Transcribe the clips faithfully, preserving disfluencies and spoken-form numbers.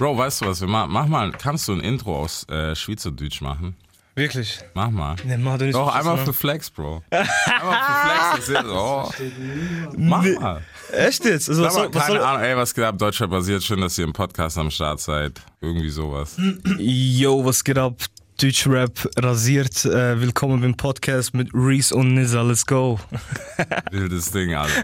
Bro, weißt du was, wir ma- mach mal, kannst du ein Intro aus äh, Schweizerdeutsch machen? Wirklich? Mach mal. Nee, mach doch nicht. Doch, so einmal ne? für Flex, Bro. Einmal für Flex, das ist oh. Mach Nee. mal. Echt jetzt? Also, was Sag mal, soll, was keine soll... Ahnung, ey, was geht ab, Deutschrap basiert, schön, dass ihr im Podcast am Start seid. Irgendwie sowas. Yo, was geht ab? Deutschrap rasiert. Äh, willkommen beim Podcast mit Reese und Nizza. Let's go. Wildes Ding, Alter.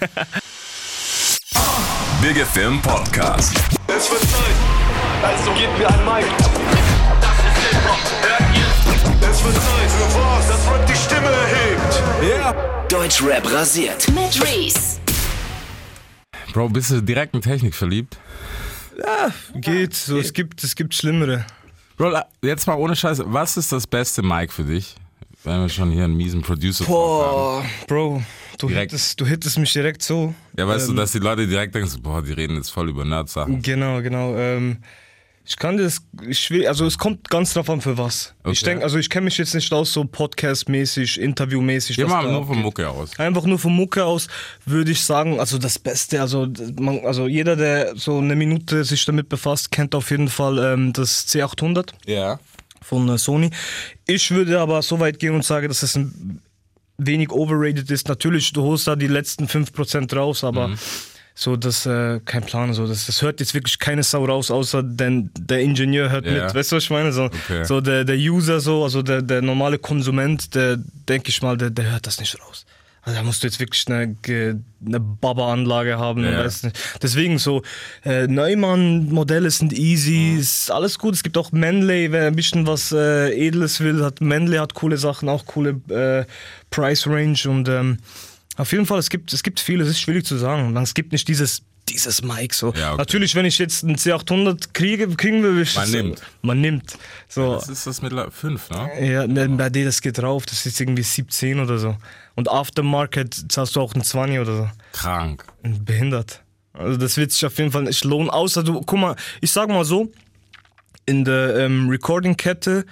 Big F M Podcast. Es wird Zeit, also gebt mir ein Mic. Das ist Hip-Hop, hört ihr? Es wird Zeit für was, das Rap die Stimme erhebt. Yeah. Deutschrap rasiert. Mit Reese. Bro, bist du direkt in Technik verliebt? Ja, geht. So, es gibt, es gibt Schlimmere. Bro, jetzt mal ohne Scheiße, was ist das beste Mic für dich? Wenn wir schon hier einen miesen Producer haben. Boah, Bro, du Direkt. hittest, du hittest mich direkt so. Ja, weißt ähm, du, dass die Leute direkt denken, so, boah, die reden jetzt voll über Nerd-Sachen. Genau, genau. Ähm, ich kann das, ich will, also es kommt ganz drauf an für was. Okay. Ich denke, also ich kenne mich jetzt nicht aus so Podcast-mäßig, Interview-mäßig. Geh was mal da nur von abgeht. Mucke aus. Einfach nur von Mucke aus würde ich sagen, also das Beste, also, man, also jeder, der so eine Minute sich damit befasst, kennt auf jeden Fall ähm, das C achthundert Ja. von äh, Sony. Ich würde aber so weit gehen und sagen, dass es ein wenig overrated ist. Natürlich, du holst da die letzten fünf Prozent raus, aber Mhm. so, das, äh, kein Plan, so, das, das hört jetzt wirklich keine Sau raus, außer denn der Ingenieur hört Ja. mit, weißt du, was ich meine? So, Okay. so der, der User, so, also der, der normale Konsument, der, denke ich mal, der, der hört das nicht raus. Also da musst du jetzt wirklich eine, ge- eine Baba-Anlage haben, Ja. weiß nicht. Deswegen so, äh, Neumann-Modelle sind easy, ist alles gut. Es gibt auch Manley, wer ein bisschen was äh, Edles will, hat Manley hat coole Sachen, auch coole äh, Price-Range und ähm, auf jeden Fall, es gibt, es gibt viele, es ist schwierig zu sagen. Es gibt nicht dieses, dieses Mic so. Ja, okay. Natürlich, wenn ich jetzt einen C achthundert kriege, kriegen wir... Ich, Man so, nimmt. Man nimmt. So. Das ist das mit fünf, ne? Ja, ne, bei dir, das geht drauf, das ist irgendwie siebzehn oder so. Und Aftermarket zahlst du auch einen zwanzig oder so. Krank. Behindert. Also das wird sich auf jeden Fall nicht lohnen, außer du, guck mal, ich sag mal so, in der ähm, Recording-Kette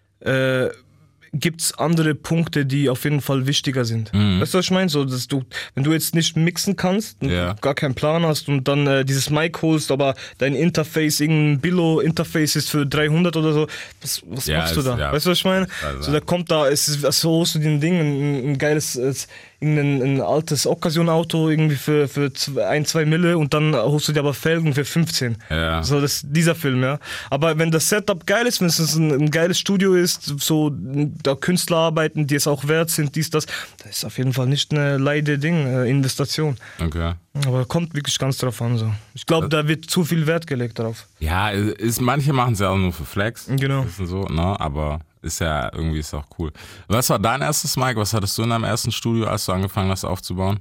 äh, gibt's andere Punkte, die auf jeden Fall wichtiger sind. Mhm. Weißt du, was ich meine? So, dass du, wenn du jetzt nicht mixen kannst, und Ja. gar keinen Plan hast und dann äh, dieses Mic holst, aber dein Interface, irgendein Billo-Interface ist für dreihundert oder so, was, was Ja, machst du ist- da? ja. Weißt du, was ich meine? Also- So, da kommt da, es ist, so holst du dir ein Ding, ein, ein geiles, äh, irgendein ein altes Occasion-Auto irgendwie für, für zwei, ein, zwei Mille und dann holst du dir aber Felgen für fünfzehn. Ja. So, das, dieser Film, ja. Aber wenn das Setup geil ist, wenn es ein, ein geiles Studio ist, so da Künstler arbeiten, die es auch wert sind, dies, das, das ist auf jeden Fall nicht eine leide Ding, äh, Investition. Okay. Aber kommt wirklich ganz drauf an. So. Ich glaube, da wird zu viel Wert gelegt darauf. Ja, ist, manche machen es ja auch nur für Flex. Genau. Das ist so, ne? Aber ist ja irgendwie ist auch cool. Was war dein erstes Mic? Was hattest du in deinem ersten Studio, als du angefangen hast aufzubauen?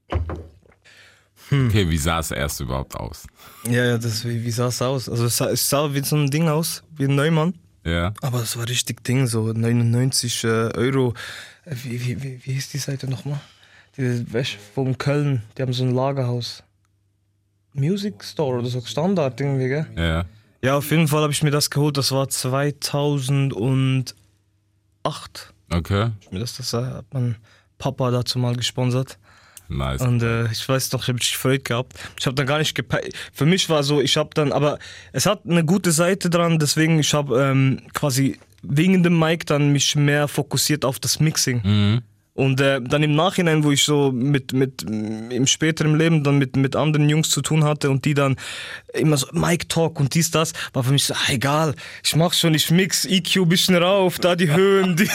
Hm. Okay, wie sah es erst überhaupt aus? Ja, ja, das, wie, wie sah es aus? Also es sah, es sah wie so ein Ding aus, wie ein Neumann. Ja. Aber es war richtig Ding, so neunundneunzig äh, Euro. Äh, Wie, wie, wie, wie hieß die Seite nochmal? Die Wäsche von Köln, die haben so ein Lagerhaus. Music Store oder so, Standard irgendwie, gell? Ja. Ja, auf jeden Fall habe ich mir das geholt, das war zweitausendacht. Okay. Mir das, das hat mein Papa dazu mal gesponsert. Nice. Und äh, ich weiß noch, ich habe mich gefreut gehabt. Ich habe dann gar nicht gepeilt. Für mich war so, ich habe dann, aber es hat eine gute Seite dran, deswegen ich habe ähm, quasi wegen dem Mic dann mich mehr fokussiert auf das Mixing. Mhm. Und äh, dann im Nachhinein, wo ich so mit, mit im späteren Leben dann mit, mit anderen Jungs zu tun hatte und die dann immer so Mic Talk und dies, das, war für mich so, ah, egal, ich mach schon, ich mix E Q ein bisschen rauf, da die Höhen, die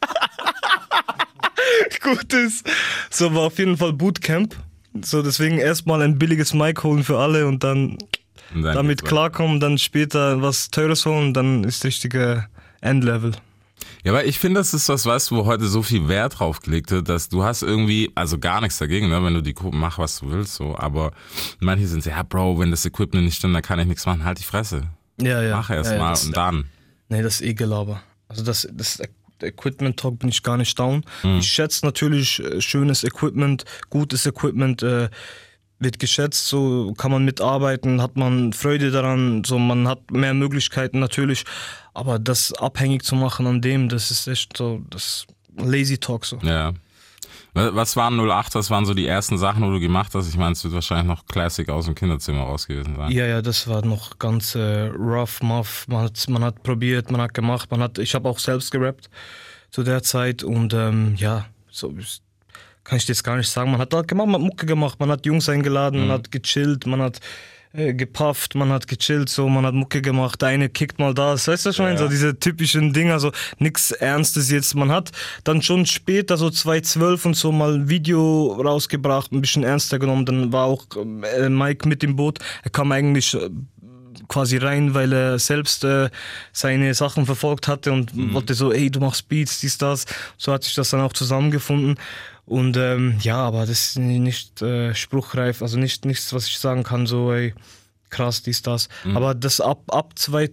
gut ist. So war auf jeden Fall Bootcamp. So deswegen erstmal ein billiges Mic holen für alle und dann, Und dann damit geht's klarkommen, dann später was Teures holen, dann ist richtige Endlevel. Ja, aber ich finde, das ist was, weißt du, wo heute so viel Wert drauf gelegt wird, dass du hast irgendwie, also gar nichts dagegen, ne, wenn du die Gruppen mach, was du willst, so, aber manche sind so, ja, Bro, wenn das Equipment nicht stimmt, dann kann ich nichts machen, halt die Fresse. Ja, ja. Mach erst ja, mal das- und dann. Nee, das ist eh Gelaber. Also das, das Equipment-Talk bin ich gar nicht down. Mhm. Ich schätze natürlich äh, schönes Equipment, gutes Equipment äh, wird geschätzt, so kann man mitarbeiten, hat man Freude daran, so man hat mehr Möglichkeiten natürlich, aber das abhängig zu machen an dem, das ist echt so, das Lazy Talk so. Ja. Was waren null acht, was waren so die ersten Sachen, wo du gemacht hast? Ich meine, es wird wahrscheinlich noch Classic aus dem Kinderzimmer raus gewesen sein. Ja, ja, das war noch ganz äh, rough, muff. Man hat, man hat probiert, man hat gemacht, man hat, ich habe auch selbst gerappt zu der Zeit und ähm, ja, so kann ich dir jetzt gar nicht sagen. Man hat halt gemacht, man hat Mucke gemacht, man hat Jungs eingeladen, mhm. man hat gechillt, man hat äh, gepufft, man hat gechillt, so, man hat Mucke gemacht, der eine kickt mal das, weißt du schon, ja. So diese typischen Dinger, so nichts Ernstes jetzt. Man hat dann schon später, so zweitausendzwölf und so, mal ein Video rausgebracht, ein bisschen ernster genommen, dann war auch äh, Mike mit im Boot, er kam eigentlich äh, quasi rein, weil er selbst äh, seine Sachen verfolgt hatte und mhm. wollte so, ey, du machst Beats, dies, das, so hat sich das dann auch zusammengefunden. Und ähm, ja, aber das ist nicht äh, spruchreif, also nicht nichts, was ich sagen kann, so ey, krass, dies, das. Mhm. Aber das ab, ab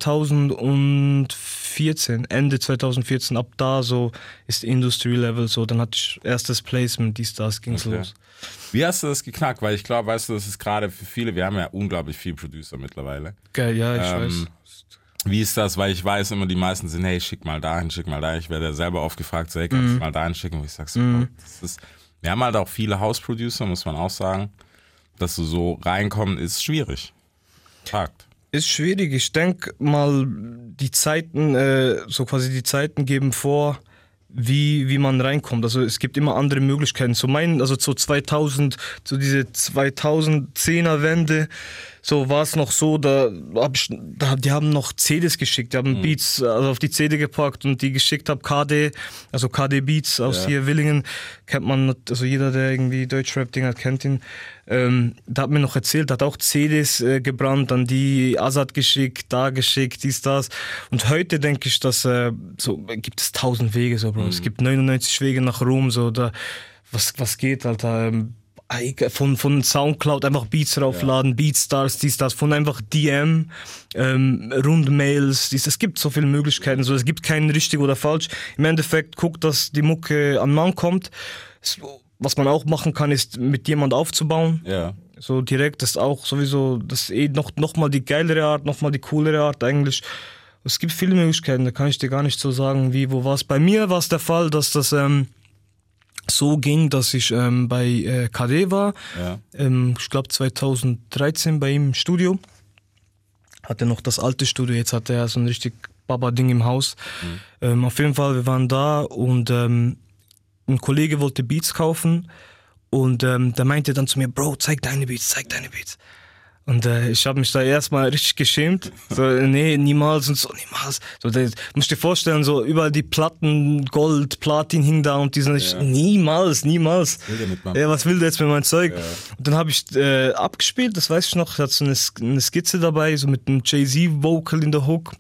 zweitausendvierzehn, Ende zweitausendvierzehn, ab da so ist Industry Level so, dann hatte ich erstes Placement, dies, das, ging's okay. los. Wie hast du das geknackt? Weil ich glaube, weißt du, das ist gerade für viele, wir haben ja unglaublich viele Producer mittlerweile. Geil, ja, ich ähm, weiß. Wie ist das? Weil ich weiß immer, die meisten sind, hey, schick mal dahin, schick mal dahin. Ich werde ja selber oft gefragt, so, hey, kannst du mm. mal dahin schicken? Und ich sag so, mm. das ist, wir haben halt auch viele House-Producer, muss man auch sagen, dass du so reinkommen, ist schwierig. Fakt. Ist schwierig. Ich denke mal, die Zeiten, äh, so quasi die Zeiten geben vor, wie, wie man reinkommt. Also es gibt immer andere Möglichkeiten. So mein, also so zweitausend, so diese zweitausendzehner Wende, so war es noch so, da hab ich, da, die haben noch C Ds geschickt, die haben mhm. Beats also auf die C D gepackt und die geschickt habe, K D, also K D Beats aus ja. hier Willingen, kennt man, also jeder, der irgendwie Deutschrap-Ding hat, kennt ihn. Ähm, da hat mir noch erzählt, hat auch C Ds äh, gebrannt, dann die Azad geschickt, da geschickt, dies, das. Und heute denke ich, dass äh, so gibt es tausend Wege, so Bro. Mhm. Es gibt neunundneunzig Wege nach Rom, so da, was, was geht, Alter. Ähm, Von, von Soundcloud einfach Beats raufladen, ja. Beatstars, dies, das, von einfach D M, ähm, Rundmails, dies, es gibt so viele Möglichkeiten, so, es gibt keinen richtig oder falsch. Im Endeffekt guckt, dass die Mucke an Mann kommt. Es, was man auch machen kann, ist mit jemand aufzubauen. Ja. So direkt, das ist auch sowieso, das ist eh noch, noch mal die geilere Art, noch mal die coolere Art eigentlich. Es gibt viele Möglichkeiten, da kann ich dir gar nicht so sagen, wie, wo was. Bei mir war es der Fall, dass das, ähm, so ging, dass ich ähm, bei äh, K D war, ja. ähm, ich glaube zweitausenddreizehn bei ihm im Studio. Hatte noch das alte Studio, jetzt hat er so ein richtig Baba-Ding im Haus. Mhm. Ähm, auf jeden Fall, wir waren da und ähm, ein Kollege wollte Beats kaufen und ähm, der meinte dann zu mir, Bro, zeig deine Beats, zeig deine Beats. Und äh, ich habe mich da erstmal richtig geschämt. So, nee, niemals und so, niemals. So, da musst du dir vorstellen, so überall die Platten, Gold, Platin hing da und die sind ja. niemals, niemals. Was will der mit ja, was will der jetzt mit meinem Zeug? Ja. Und dann habe ich äh, abgespielt, das weiß ich noch, ich hatte so eine, eine Skizze dabei, so mit einem Jay-Z-Vocal in der Hook.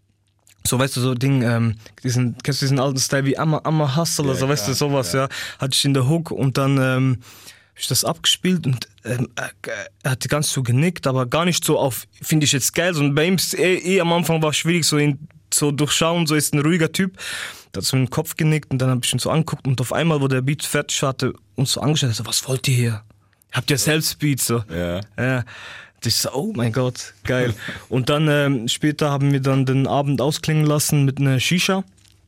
So, weißt du, so Ding, ähm, diesen, kennst du diesen alten Style wie I'm a, I'm a Hustler, ja, so, weißt klar, du, sowas, ja. ja. Hatte ich in der Hook und dann, ähm, habe ich das abgespielt und ähm, er hat ganz so genickt, aber gar nicht so auf, finde ich jetzt geil, sondern bei ihm ist eh, eh am Anfang war schwierig, so ihn so durchschauen, so ist ein ruhiger Typ. Da hat so in den Kopf genickt und dann habe ich ihn so angeguckt und auf einmal, wo der Beat fertig hatte, uns so angeschaut, so, was wollt ihr hier? Habt ihr selbst Beats? So. Ja. Ja. Und ich so, oh mein Gott, geil. Und dann ähm, später haben wir dann den Abend ausklingen lassen mit einer Shisha.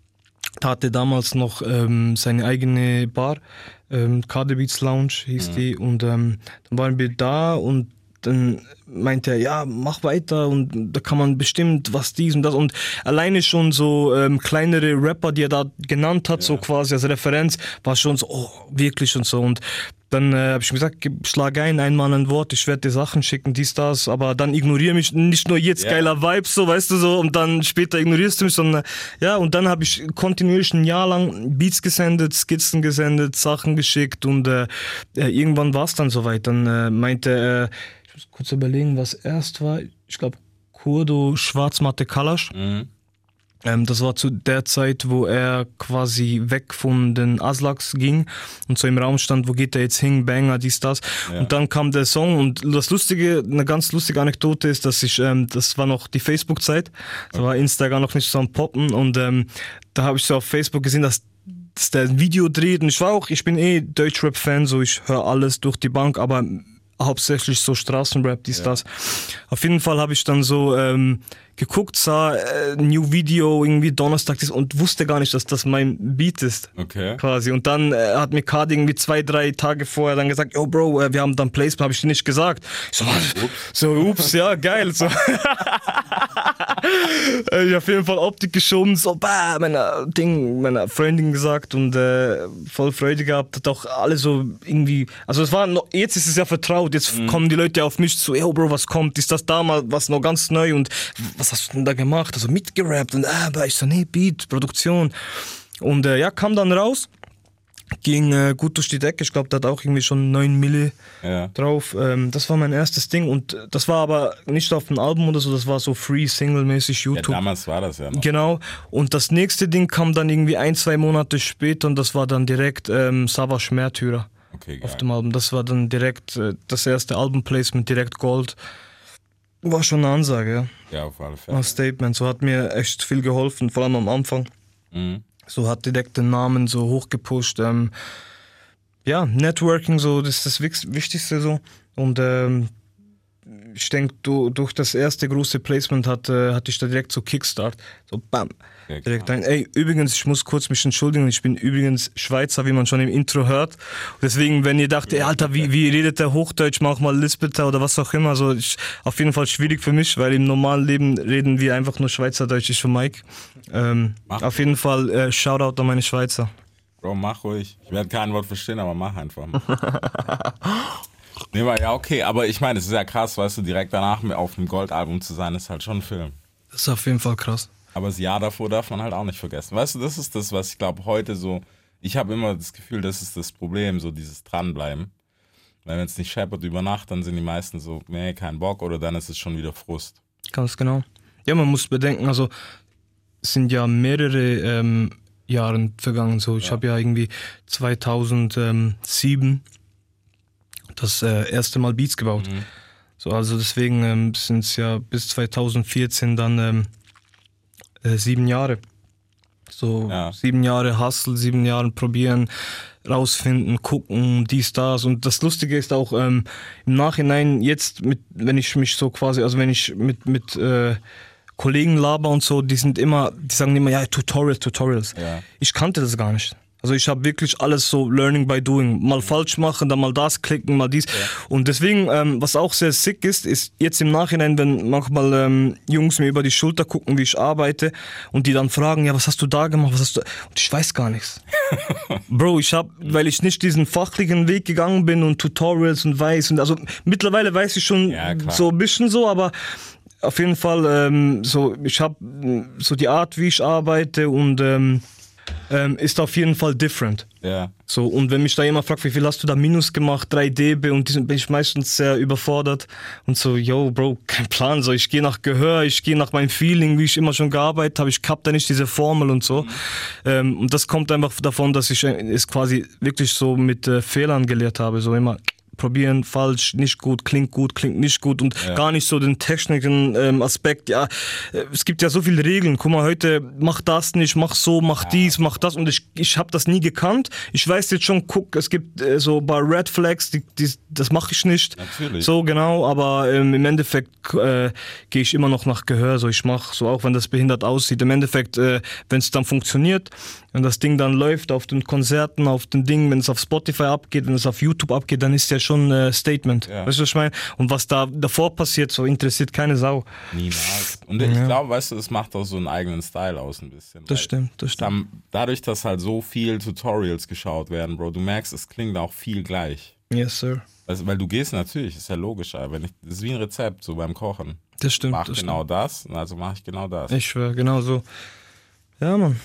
Da hatte damals noch ähm, seine eigene Bar, ähm, K D Beats Lounge hieß mhm. die. Und ähm, dann waren wir da und dann meinte er, ja, mach weiter und da kann man bestimmt was dies und das. Und alleine schon so ähm, kleinere Rapper, die er da genannt hat, ja. so quasi als Referenz, war schon so, oh, wirklich und so. Und dann äh, habe ich mir gesagt, schlag ein, einmal ein Wort, ich werde dir Sachen schicken, dies, das, aber dann ignoriere mich, nicht nur jetzt, yeah. geiler Vibe, so, weißt du, so, und dann später ignorierst du mich, sondern, ja, und dann habe ich kontinuierlich ein Jahr lang Beats gesendet, Skizzen gesendet, Sachen geschickt und äh, irgendwann war es dann soweit. Dann äh, meinte, äh, ich muss kurz überlegen, was erst war, ich glaube, Kurdo Schwarzmatte Kalasch. Mhm. Ähm, das war zu der Zeit, wo er quasi weg von den Aslaks ging und so im Raum stand, wo geht er jetzt hin, Banger, dies, das. Ja. Und dann kam der Song und das Lustige, eine ganz lustige Anekdote ist, dass ich, ähm, das war noch die Facebook-Zeit, da war Instagram noch nicht so am Poppen und ähm, da habe ich so auf Facebook gesehen, dass dass der ein Video dreht und ich war auch, ich bin eh Deutschrap-Fan, so ich höre alles durch die Bank, aber hauptsächlich so Straßenrap, dies, Ja. das. Auf jeden Fall habe ich dann so ähm, geguckt, sah äh, New Video irgendwie Donnerstag dies, und wusste gar nicht, dass das mein Beat ist. Okay. Quasi. Und dann äh, hat mir Kadi irgendwie zwei, drei Tage vorher dann gesagt, yo Bro, äh, wir haben dann Placement, habe ich dir nicht gesagt. Ich so, ups. so, ups, ja, geil. So. Ich auf jeden Fall Optik geschoben, so, bah, meiner Ding, meiner Freundin gesagt und äh, voll Freude gehabt, hat auch alle so irgendwie, also es war noch, jetzt ist es ja vertraut, jetzt mhm. kommen die Leute auf mich zu, yo Bro, was kommt, ist das damals was noch ganz neu und was hast du denn da gemacht, also mitgerappt und ah, aber ich so, nee, Beat, Produktion und äh, ja, kam dann raus, ging äh, gut durch die Decke, ich glaube, der hat auch irgendwie schon neun Milli Ja. drauf, ähm, das war mein erstes Ding und das war aber nicht auf dem Album oder so, das war so free, Single-mäßig Ja, YouTube. damals war das ja noch. Genau, und das nächste Ding kam dann irgendwie ein, zwei Monate später und das war dann direkt ähm, Savage Märtyrer Okay, auf geil. dem Album. Das war dann direkt äh, das erste Album-Placement, direkt Gold. War schon eine Ansage, ja. Ja, auf alle Ein Fälle. Statement, so hat mir echt viel geholfen, vor allem am Anfang. Mhm. So hat direkt den Namen so hochgepusht. Ähm, ja, Networking, so, das ist das Wix- Wichtigste so. Und ähm, ich denke, du, durch das erste große Placement hat, äh, hatte ich da direkt so Kickstart. So bam. Ja, Direkt klar. ein, ey, übrigens, ich muss kurz mich entschuldigen, ich bin übrigens Schweizer, wie man schon im Intro hört. Und deswegen, wenn ihr dacht, ey, Alter, wie, wie redet der Hochdeutsch, mach mal Lispeter oder was auch immer, also ich, auf jeden Fall schwierig für mich, weil im normalen Leben reden wir einfach nur Schweizerdeutsch, ich und Mike. Ähm, Mach auf jeden Fall äh, Shoutout an meine Schweizer. Bro, mach ruhig. Ich werde kein Wort verstehen, aber mach einfach mal. Nee, aber ja, okay, aber ich meine, es ist ja krass, weißt du, direkt danach auf dem Goldalbum zu sein, ist halt schon ein Film. Das ist auf jeden Fall krass. Aber das Jahr davor darf man halt auch nicht vergessen. Weißt du, das ist das, was ich glaube heute so, ich habe immer das Gefühl, das ist das Problem, so dieses Dranbleiben. Weil wenn es nicht scheppert über Nacht, dann sind die meisten so, nee, kein Bock, oder dann ist es schon wieder Frust. Ganz genau. Ja, man muss bedenken, also es sind ja mehrere ähm, Jahre vergangen. So, ich Ja. habe ja irgendwie zweitausendsieben das äh, erste Mal Beats gebaut. Mhm. So, also deswegen ähm, sind es ja bis zweitausendvierzehn dann ähm, äh, sieben Jahre. So Ja. sieben Jahre Hustle, sieben Jahre probieren, rausfinden, gucken, dies, das. Und das Lustige ist auch ähm, im Nachhinein jetzt, mit, wenn ich mich so quasi, also wenn ich mit, mit äh, Kollegen laber und so, die sind immer, die sagen immer, ja, Tutorials, Tutorials. Ja. Ich kannte das gar nicht. Also ich habe wirklich alles so Learning by Doing. Mal falsch machen, dann mal das klicken, mal dies. Ja. Und deswegen, ähm, was auch sehr sick ist, ist jetzt im Nachhinein, wenn manchmal ähm, Jungs mir über die Schulter gucken, wie ich arbeite und die dann fragen, ja, was hast du da gemacht, was hast du... Und ich weiß gar nichts. Bro, ich habe, weil ich nicht diesen fachlichen Weg gegangen bin und Tutorials und weiß und also mittlerweile weiß ich schon Ja, klar. so ein bisschen so, aber auf jeden Fall ähm, so, ich habe so die Art, wie ich arbeite und ähm, ähm, ist auf jeden Fall different. Ja. So, und wenn mich da jemand fragt, wie viel hast du da Minus gemacht, drei DB, und diesen bin ich meistens sehr überfordert und so, yo, Bro, kein Plan, so, ich gehe nach Gehör, ich gehe nach meinem Feeling, wie ich immer schon gearbeitet habe, ich hab da nicht diese Formel und so. Mhm. Ähm, und das kommt einfach davon, dass ich es quasi wirklich so mit äh, Fehlern gelehrt habe, so immer probieren, falsch, nicht gut, klingt gut, klingt nicht gut und ja. gar nicht so den technischen ähm, Aspekt. Ja, es gibt ja so viele Regeln. Guck mal, heute mach das nicht, mach so, mach ja. dies, mach das, und ich, ich habe das nie gekannt. Ich weiß jetzt schon, guck, es gibt äh, so ein paar Red Flags, die, die, das mache ich nicht. Natürlich. So genau, aber ähm, im Endeffekt äh, gehe ich immer noch nach Gehör. So, ich mache so, auch wenn das behindert aussieht. Im Endeffekt, äh, wenn es dann funktioniert, wenn das Ding dann läuft auf den Konzerten, auf den Dingen, wenn es auf Spotify abgeht, wenn es auf YouTube abgeht, dann ist ja schon ein äh, Statement. Ja. Weißt du, was ich meine? Und was da davor passiert, so interessiert keine Sau. Niemals. Und ich Ja. glaube, weißt du, es macht auch so einen eigenen Style aus ein bisschen. Das Weil stimmt, das es stimmt. haben, dadurch, dass halt so viel Tutorials geschaut werden, Bro, du merkst, es klingt auch viel gleich. Yes, sir. Also, weil du gehst natürlich, ist ja logisch, aber wenn ich, das ist wie ein Rezept, so beim Kochen. Das stimmt. Mach das genau das, also mache ich genau das. stimmt. Ich schwöre, genau so. Ja, Mann.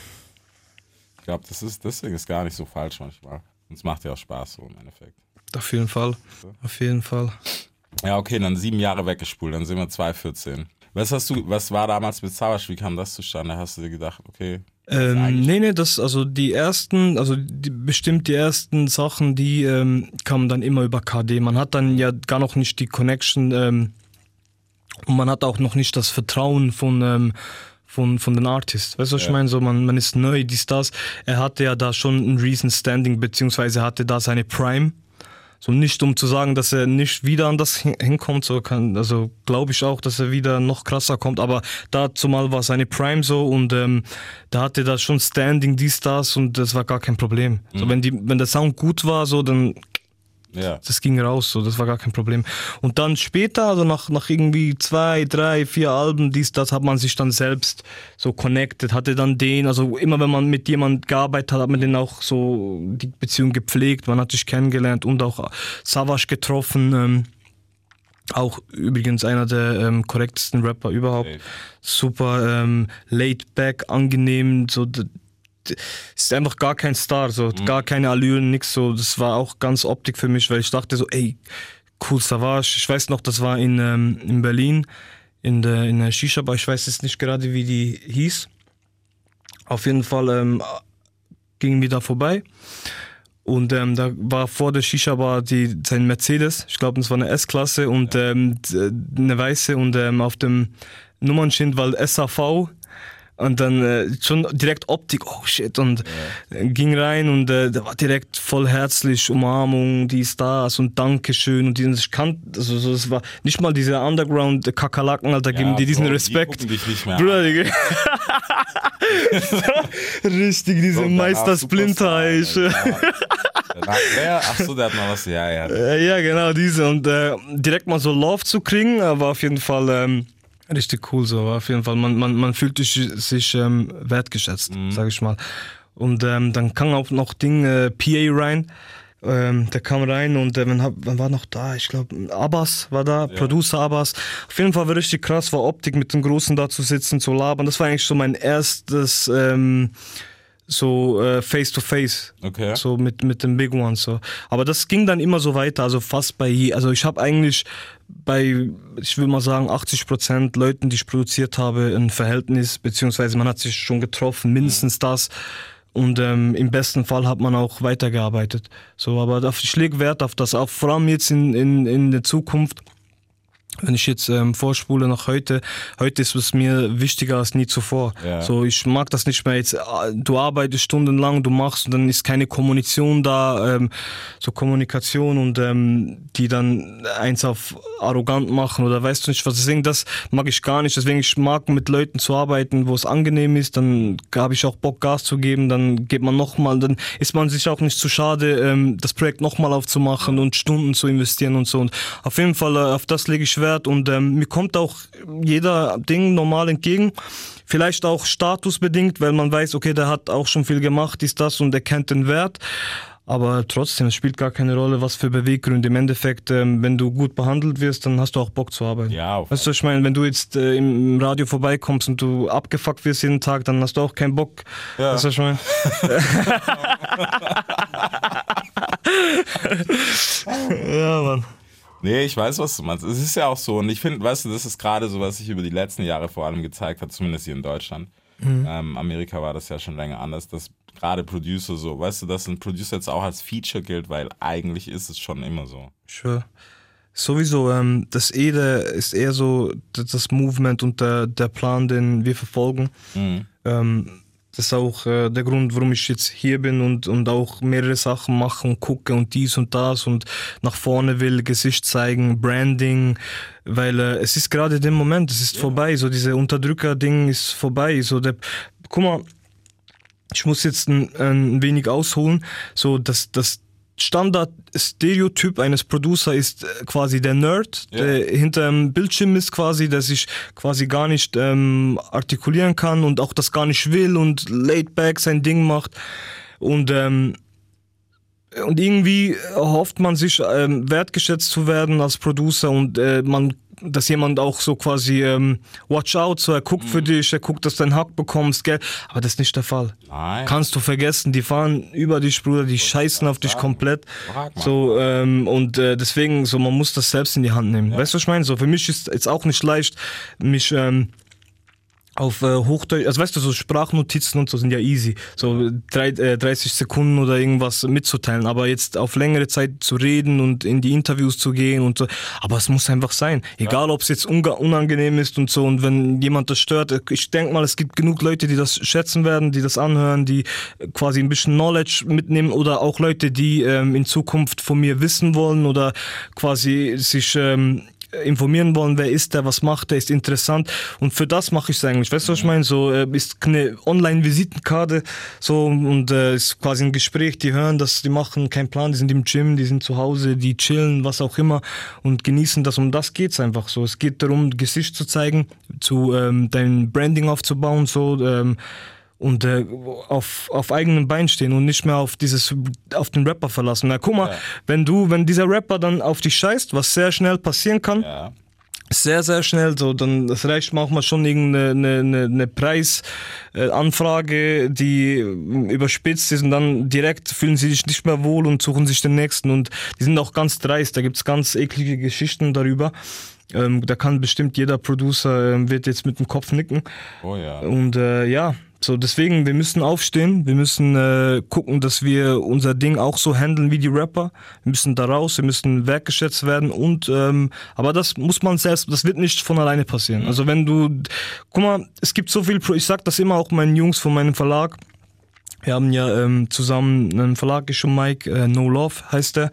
Ich glaube, das ist, deswegen ist gar nicht so falsch manchmal. Und es macht ja auch Spaß so im Endeffekt. Auf jeden Fall. Auf jeden Fall. Ja, okay, dann sieben Jahre weggespult, dann sind wir zweitausendvierzehn. Was hast du, was war damals mit Savage, wie kam das zustande? Hast du dir gedacht, okay. Ähm, nee, nee, das, also die ersten, also die, bestimmt die ersten Sachen, die ähm, kamen dann immer über K D. Man hat dann ja gar noch nicht die Connection ähm, und man hat auch noch nicht das Vertrauen von, ähm, von, von den Artists. Weißt du, was Ja. ich meine? So, man, man ist neu, dies, das. Er hatte ja da schon ein Recent Standing, beziehungsweise hatte da seine Prime. So nicht um zu sagen, dass er nicht wieder an das hin- hinkommt, so kann, also glaube ich auch, dass er wieder noch krasser kommt, aber dazu mal war seine Prime so und ähm, da hatte er schon Standing, dies, das und das war gar kein Problem. Mhm. So wenn die, wenn der Sound gut war, so dann Ja. das ging raus, so das war gar kein Problem. Und dann später, also nach, nach irgendwie zwei, drei, vier Alben, dies, das, hat man sich dann selbst so connected, hatte dann den, also immer wenn man mit jemand gearbeitet hat, hat man den auch so die Beziehung gepflegt, man hat sich kennengelernt und auch Savage getroffen, ähm, auch übrigens einer der ähm, korrektesten Rapper überhaupt. Okay. Super ähm, laid back, angenehm, so d- ist einfach gar kein Star, so mhm. gar keine Allüren, nix so. Das war auch ganz Optik für mich, weil ich dachte so, ey, cool Savage. Ich weiß noch, das war in, ähm, in Berlin, in der, in der Shisha-Bar. Ich weiß jetzt nicht gerade, wie die hieß. Auf jeden Fall ähm, gingen wir da vorbei. Und ähm, da war vor der Shisha-Bar die, sein Mercedes. Ich glaube, das war eine S-Klasse und ja. ähm, eine weiße. Und ähm, auf dem Nummernschild war S A V. Und dann äh, schon direkt Optik, oh shit, und ja. ging rein und äh, der war direkt voll herzlich, Umarmung, dies, das und Dankeschön und die, ich kannte, also so, es war nicht mal diese Underground-Kakerlaken, Alter, geben ja, die diesen Bro, Respekt. Die gucken dich nicht mehr Bruder, die, richtig, diese Meistersplintheit. Ach so, der hat mal was, ja, ja. Ja, genau, diese und äh, direkt mal so Love zu kriegen, aber auf jeden Fall ähm, richtig cool so, auf jeden Fall. Man, man, man fühlt sich, sich ähm, wertgeschätzt, mhm. sag ich mal. Und ähm, dann kam auch noch Ding, äh, P A rein. Ähm, der kam rein und äh, man, man war noch da, ich glaube, Abbas war da, ja. Producer Abbas. Auf jeden Fall war richtig krass, war Optik mit dem Großen da zu sitzen, zu labern. Das war eigentlich so mein erstes ähm, so äh, face to face, okay. so mit mit dem Big One so. Aber das ging dann immer so weiter, also fast bei je, also ich habe eigentlich bei, ich will mal sagen, achtzig Prozent Leuten, die ich produziert habe, ein Verhältnis, beziehungsweise man hat sich schon getroffen, mindestens das. Und ähm, im besten Fall hat man auch weitergearbeitet. So, aber ich lege Wert auf das, auch vor allem jetzt in, in, in der Zukunft. Wenn ich jetzt ähm, vorspule nach heute, heute ist es mir wichtiger als nie zuvor. Ja. So, ich mag das nicht mehr jetzt, du arbeitest stundenlang, du machst und dann ist keine Kommunikation da, ähm, so Kommunikation und ähm, die dann eins auf arrogant machen oder weißt du nicht was. Deswegen, das mag ich gar nicht. Deswegen, ich mag mit Leuten zu arbeiten, wo es angenehm ist, dann habe ich auch Bock Gas zu geben, dann geht man nochmal, dann ist man sich auch nicht zu schade, ähm, das Projekt nochmal aufzumachen und Stunden zu investieren und so. Und auf jeden Fall, äh, auf das lege ich Wert. Und ähm, mir kommt auch jeder Ding normal entgegen. Vielleicht auch statusbedingt, weil man weiß, okay, der hat auch schon viel gemacht, ist das und er kennt den Wert. Aber trotzdem, es spielt gar keine Rolle, was für Beweggründe. Im Endeffekt, ähm, wenn du gut behandelt wirst, dann hast du auch Bock zu arbeiten. Ja, weißt du, ich meine, wenn du jetzt äh, im Radio vorbeikommst und du abgefuckt wirst jeden Tag, dann hast du auch keinen Bock. Ja. Weißt du, ich meine? Ja, Mann. Nee, ich weiß, was du meinst. Es ist ja auch so, und ich finde, weißt du, das ist gerade so, was sich über die letzten Jahre vor allem gezeigt hat, zumindest hier in Deutschland. Mhm. Ähm, Amerika war das ja schon länger anders, dass gerade Producer so, weißt du, dass ein Producer jetzt auch als Feature gilt, weil eigentlich ist es schon immer so. Sure. Sowieso, ähm, das eh der, ist eher so das Movement und der, der Plan, den wir verfolgen. Mhm. Ähm, Das ist auch äh, der Grund, warum ich jetzt hier bin und, und auch mehrere Sachen mache und gucke und dies und das und nach vorne will, Gesicht zeigen, Branding, weil äh, es ist gerade der Moment, es ist ja. vorbei, so diese Unterdrücker-Ding ist vorbei. So der, guck mal, ich muss jetzt ein, ein wenig ausholen, so dass das Standard-Stereotyp eines Producer ist quasi der Nerd, ja. der hinter dem Bildschirm ist quasi, der sich quasi gar nicht ähm, artikulieren kann und auch das gar nicht will und laid back sein Ding macht und ähm, und irgendwie hofft man sich ähm, wertgeschätzt zu werden als Producer und äh, man dass jemand auch so quasi ähm, watch out, so er guckt mhm. für dich, er guckt, dass du einen Hack bekommst, gell? Aber das ist nicht der Fall. Nein. Kannst du vergessen, die fahren über dich, Bruder, die scheißen auf dich komplett. So ähm, und äh, deswegen, so man muss das selbst in die Hand nehmen. Ja. Weißt du, was ich meine? So für mich ist es auch nicht leicht, mich ähm, auf äh, Hochdeutsch, also weißt du, so Sprachnotizen und so sind ja easy, so drei, äh, dreißig Sekunden oder irgendwas mitzuteilen, aber jetzt auf längere Zeit zu reden und in die Interviews zu gehen und so, aber es muss einfach sein, egal ja. ob es jetzt unangenehm ist und so, und wenn jemand das stört, ich denke mal, es gibt genug Leute, die das schätzen werden, die das anhören, die quasi ein bisschen Knowledge mitnehmen, oder auch Leute, die ähm, in Zukunft von mir wissen wollen oder quasi sich ähm, informieren wollen, wer ist der, was macht der, ist interessant, und für das mache ich es eigentlich, weißt du, was ich meine, so äh, ist eine Online-Visitenkarte, so, und äh, ist quasi ein Gespräch, die hören das, die machen keinen Plan, die sind im Gym, die sind zu Hause, die chillen, was auch immer, und genießen das, um das geht's einfach so, es geht darum, Gesicht zu zeigen, zu ähm, dein Branding aufzubauen, so, ähm, und äh, auf auf eigenen Beinen stehen und nicht mehr auf dieses auf den Rapper verlassen. Na guck mal, ja. wenn du wenn dieser Rapper dann auf dich scheißt, was sehr schnell passieren kann, ja. sehr sehr schnell, so, dann das reicht manchmal schon irgendeine eine, eine Preisanfrage, äh, die überspitzt ist, und dann direkt fühlen sie sich nicht mehr wohl und suchen sich den nächsten, und die sind auch ganz dreist. Da gibt's ganz eklige Geschichten darüber. Ähm, da kann bestimmt jeder Producer äh, wird jetzt mit dem Kopf nicken. Oh ja. Und äh, ja. So, deswegen, wir müssen aufstehen, wir müssen äh, gucken, dass wir unser Ding auch so handeln wie die Rapper. Wir müssen da raus, wir müssen wertgeschätzt werden, und ähm, aber das muss man selbst, das wird nicht von alleine passieren. Also wenn du, guck mal, es gibt so viel, ich sag das immer auch meinen Jungs von meinem Verlag. Wir haben ja ähm, zusammen einen Verlag, ich und Mike, äh, No Love heißt der.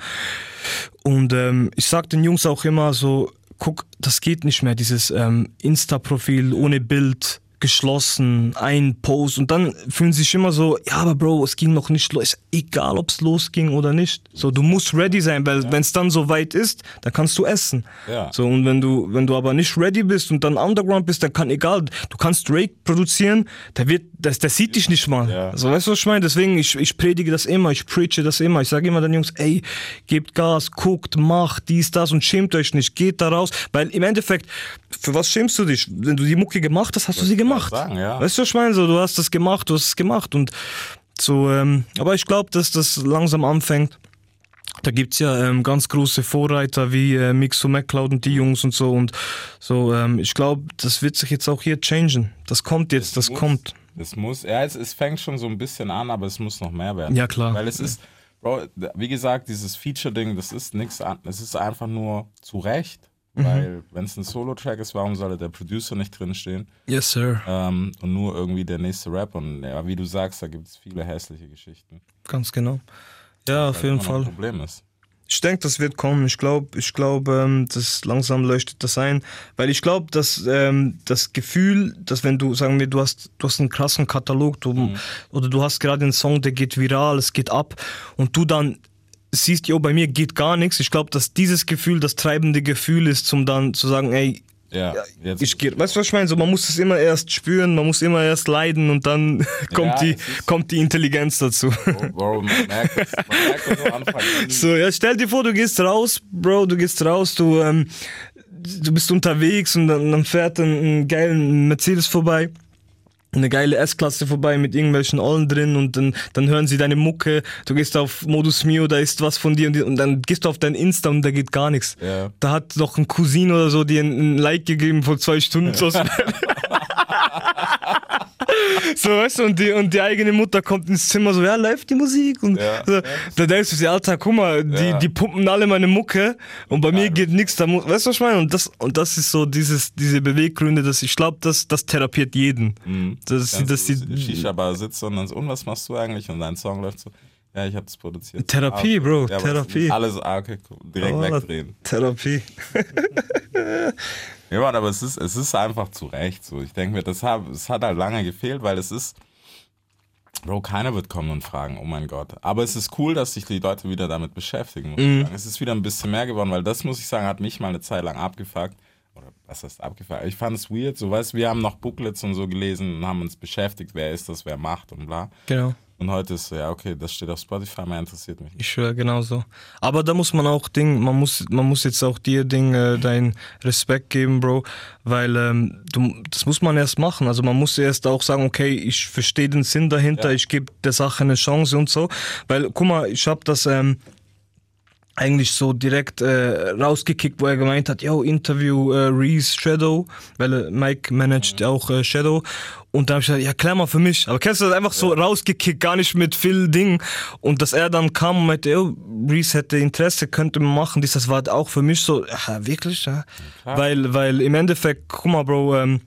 Und ähm, ich sag den Jungs auch immer so, guck, das geht nicht mehr, dieses ähm, Insta-Profil ohne Bild, geschlossen, ein Post, und dann fühlen sie sich immer so, ja, aber Bro, es ging noch nicht los, egal ob es losging oder nicht. So, du musst ready sein, weil ja. wenn es dann so weit ist, dann kannst du essen. Ja. So, und wenn du wenn du aber nicht ready bist und dann Underground bist, dann kann egal, du kannst Drake produzieren, der wird, der, der sieht dich nicht mal. Ja. Also, weißt du, was ich meine? Deswegen, ich, ich predige das immer, ich preache das immer, ich sage immer den Jungs, ey, gebt Gas, guckt, macht dies, das und schämt euch nicht, geht da raus, weil im Endeffekt, für was schämst du dich? Wenn du die Mucke gemacht hast, hast du sie gemacht. Sagen, ja. Weißt du, was ich meine? So, du hast das gemacht, du hast es gemacht, und so, ähm, aber ich glaube, dass das langsam anfängt. Da gibt's ja ähm, ganz große Vorreiter wie äh, Mixo McCloud und die Jungs und so, und so, ähm, ich glaube, das wird sich jetzt auch hier changen. Das kommt jetzt, das, das muss, kommt. Es muss, ja, es, es fängt schon so ein bisschen an, aber es muss noch mehr werden. Ja, klar. Weil es ist, Bro, wie gesagt, dieses Feature-Ding, das ist nichts an, es ist einfach nur zu Recht. Weil, mhm. wenn es ein Solo-Track ist, warum soll der Producer nicht drinstehen? Yes, sir. Ähm, und nur irgendwie der nächste Rap. Und ja, wie du sagst, da gibt es viele hässliche Geschichten. Ganz genau. Ja, auf jeden Fall. Das Problem ist. Ich denke, das wird kommen. Ich glaube, ich glaube, ähm, das langsam leuchtet das ein. Weil ich glaube, dass ähm, das Gefühl, dass wenn du, sagen wir, du hast, du hast einen krassen Katalog, du, mhm. oder du hast gerade einen Song, der geht viral, es geht ab, und du dann siehst, jo, bei mir geht gar nichts. Ich glaube, dass dieses Gefühl das treibende Gefühl ist, um dann zu sagen, ey, ja, jetzt ich gehe. Weißt du, was ich meine? So, man muss es immer erst spüren, man muss immer erst leiden, und dann kommt, ja, die, kommt die Intelligenz dazu. Bro, Bro, man merkt es, man merkt es so Anfang. So, ja, stell dir vor, du gehst raus, Bro, du gehst raus, du, ähm, du bist unterwegs, und dann, dann fährt ein, ein geiler Mercedes vorbei. Eine geile S-Klasse vorbei mit irgendwelchen Ollen drin, und dann, dann hören sie deine Mucke, du gehst auf Modus Mio, da ist was von dir, und, die, und dann gehst du auf dein Insta und da geht gar nichts. Ja. Da hat doch ein Cousin oder so dir ein Like gegeben vor zwei Stunden. Ja. So, weißt du, und die, und die eigene Mutter kommt ins Zimmer so, ja, läuft die Musik? Und ja. so, da denkst du dir, Alter, guck mal, die, ja. die pumpen alle meine Mucke, und bei ja, mir geht nichts. Da, weißt du, was ich meine? Und das, und das ist so dieses, diese Beweggründe, dass ich glaube, das, das therapiert jeden. Mhm. Das, dass, dass die Shisha-Bar sitzt und dann so, und was machst du eigentlich? Und dein Song läuft so, ja, ich hab das produziert. Therapie, ah, okay. Bro, ja, Therapie. Alles, ah, okay, cool. Direkt oh, wegdrehen. Therapie. Ja, Mann, aber es ist, es ist einfach zu Recht so. Ich denke mir, das hat, das hat halt lange gefehlt, weil es ist, Bro, keiner wird kommen und fragen, oh mein Gott. Aber es ist cool, dass sich die Leute wieder damit beschäftigen, muss ich sagen. Es ist wieder ein bisschen mehr geworden, weil das, muss ich sagen, hat mich mal eine Zeit lang abgefuckt. Oder was heißt abgefuckt? Ich fand es weird, so, weißt du, wir haben noch Booklets und so gelesen und haben uns beschäftigt, wer ist das, wer macht und bla. Genau. Und heute ist so, ja, okay, das steht auf Spotify, mehr interessiert mich nicht. Ich schwöre, genau so. Aber da muss man auch Ding, man muss, man muss jetzt auch dir Ding, äh, deinen Respekt geben, Bro, weil ähm, du, das muss man erst machen. Also man muss erst auch sagen, okay, ich verstehe den Sinn dahinter, ja. Ich gebe der Sache eine Chance und so. Weil, guck mal, ich habe das, ähm, eigentlich so direkt äh, rausgekickt, wo er gemeint hat, yo, Interview äh, Reese Shadow, weil äh, Mike managt auch äh, Shadow. Und da habe ich gesagt, ja, klär mal für mich. Aber kennst du das, einfach so ja. rausgekickt, gar nicht mit viel Ding. Und dass er dann kam und meinte, yo, Reese hätte Interesse, könnte man machen. Dies, das war auch für mich so, ja, wirklich, ja. ja weil, weil im Endeffekt, guck mal, Bro, ähm,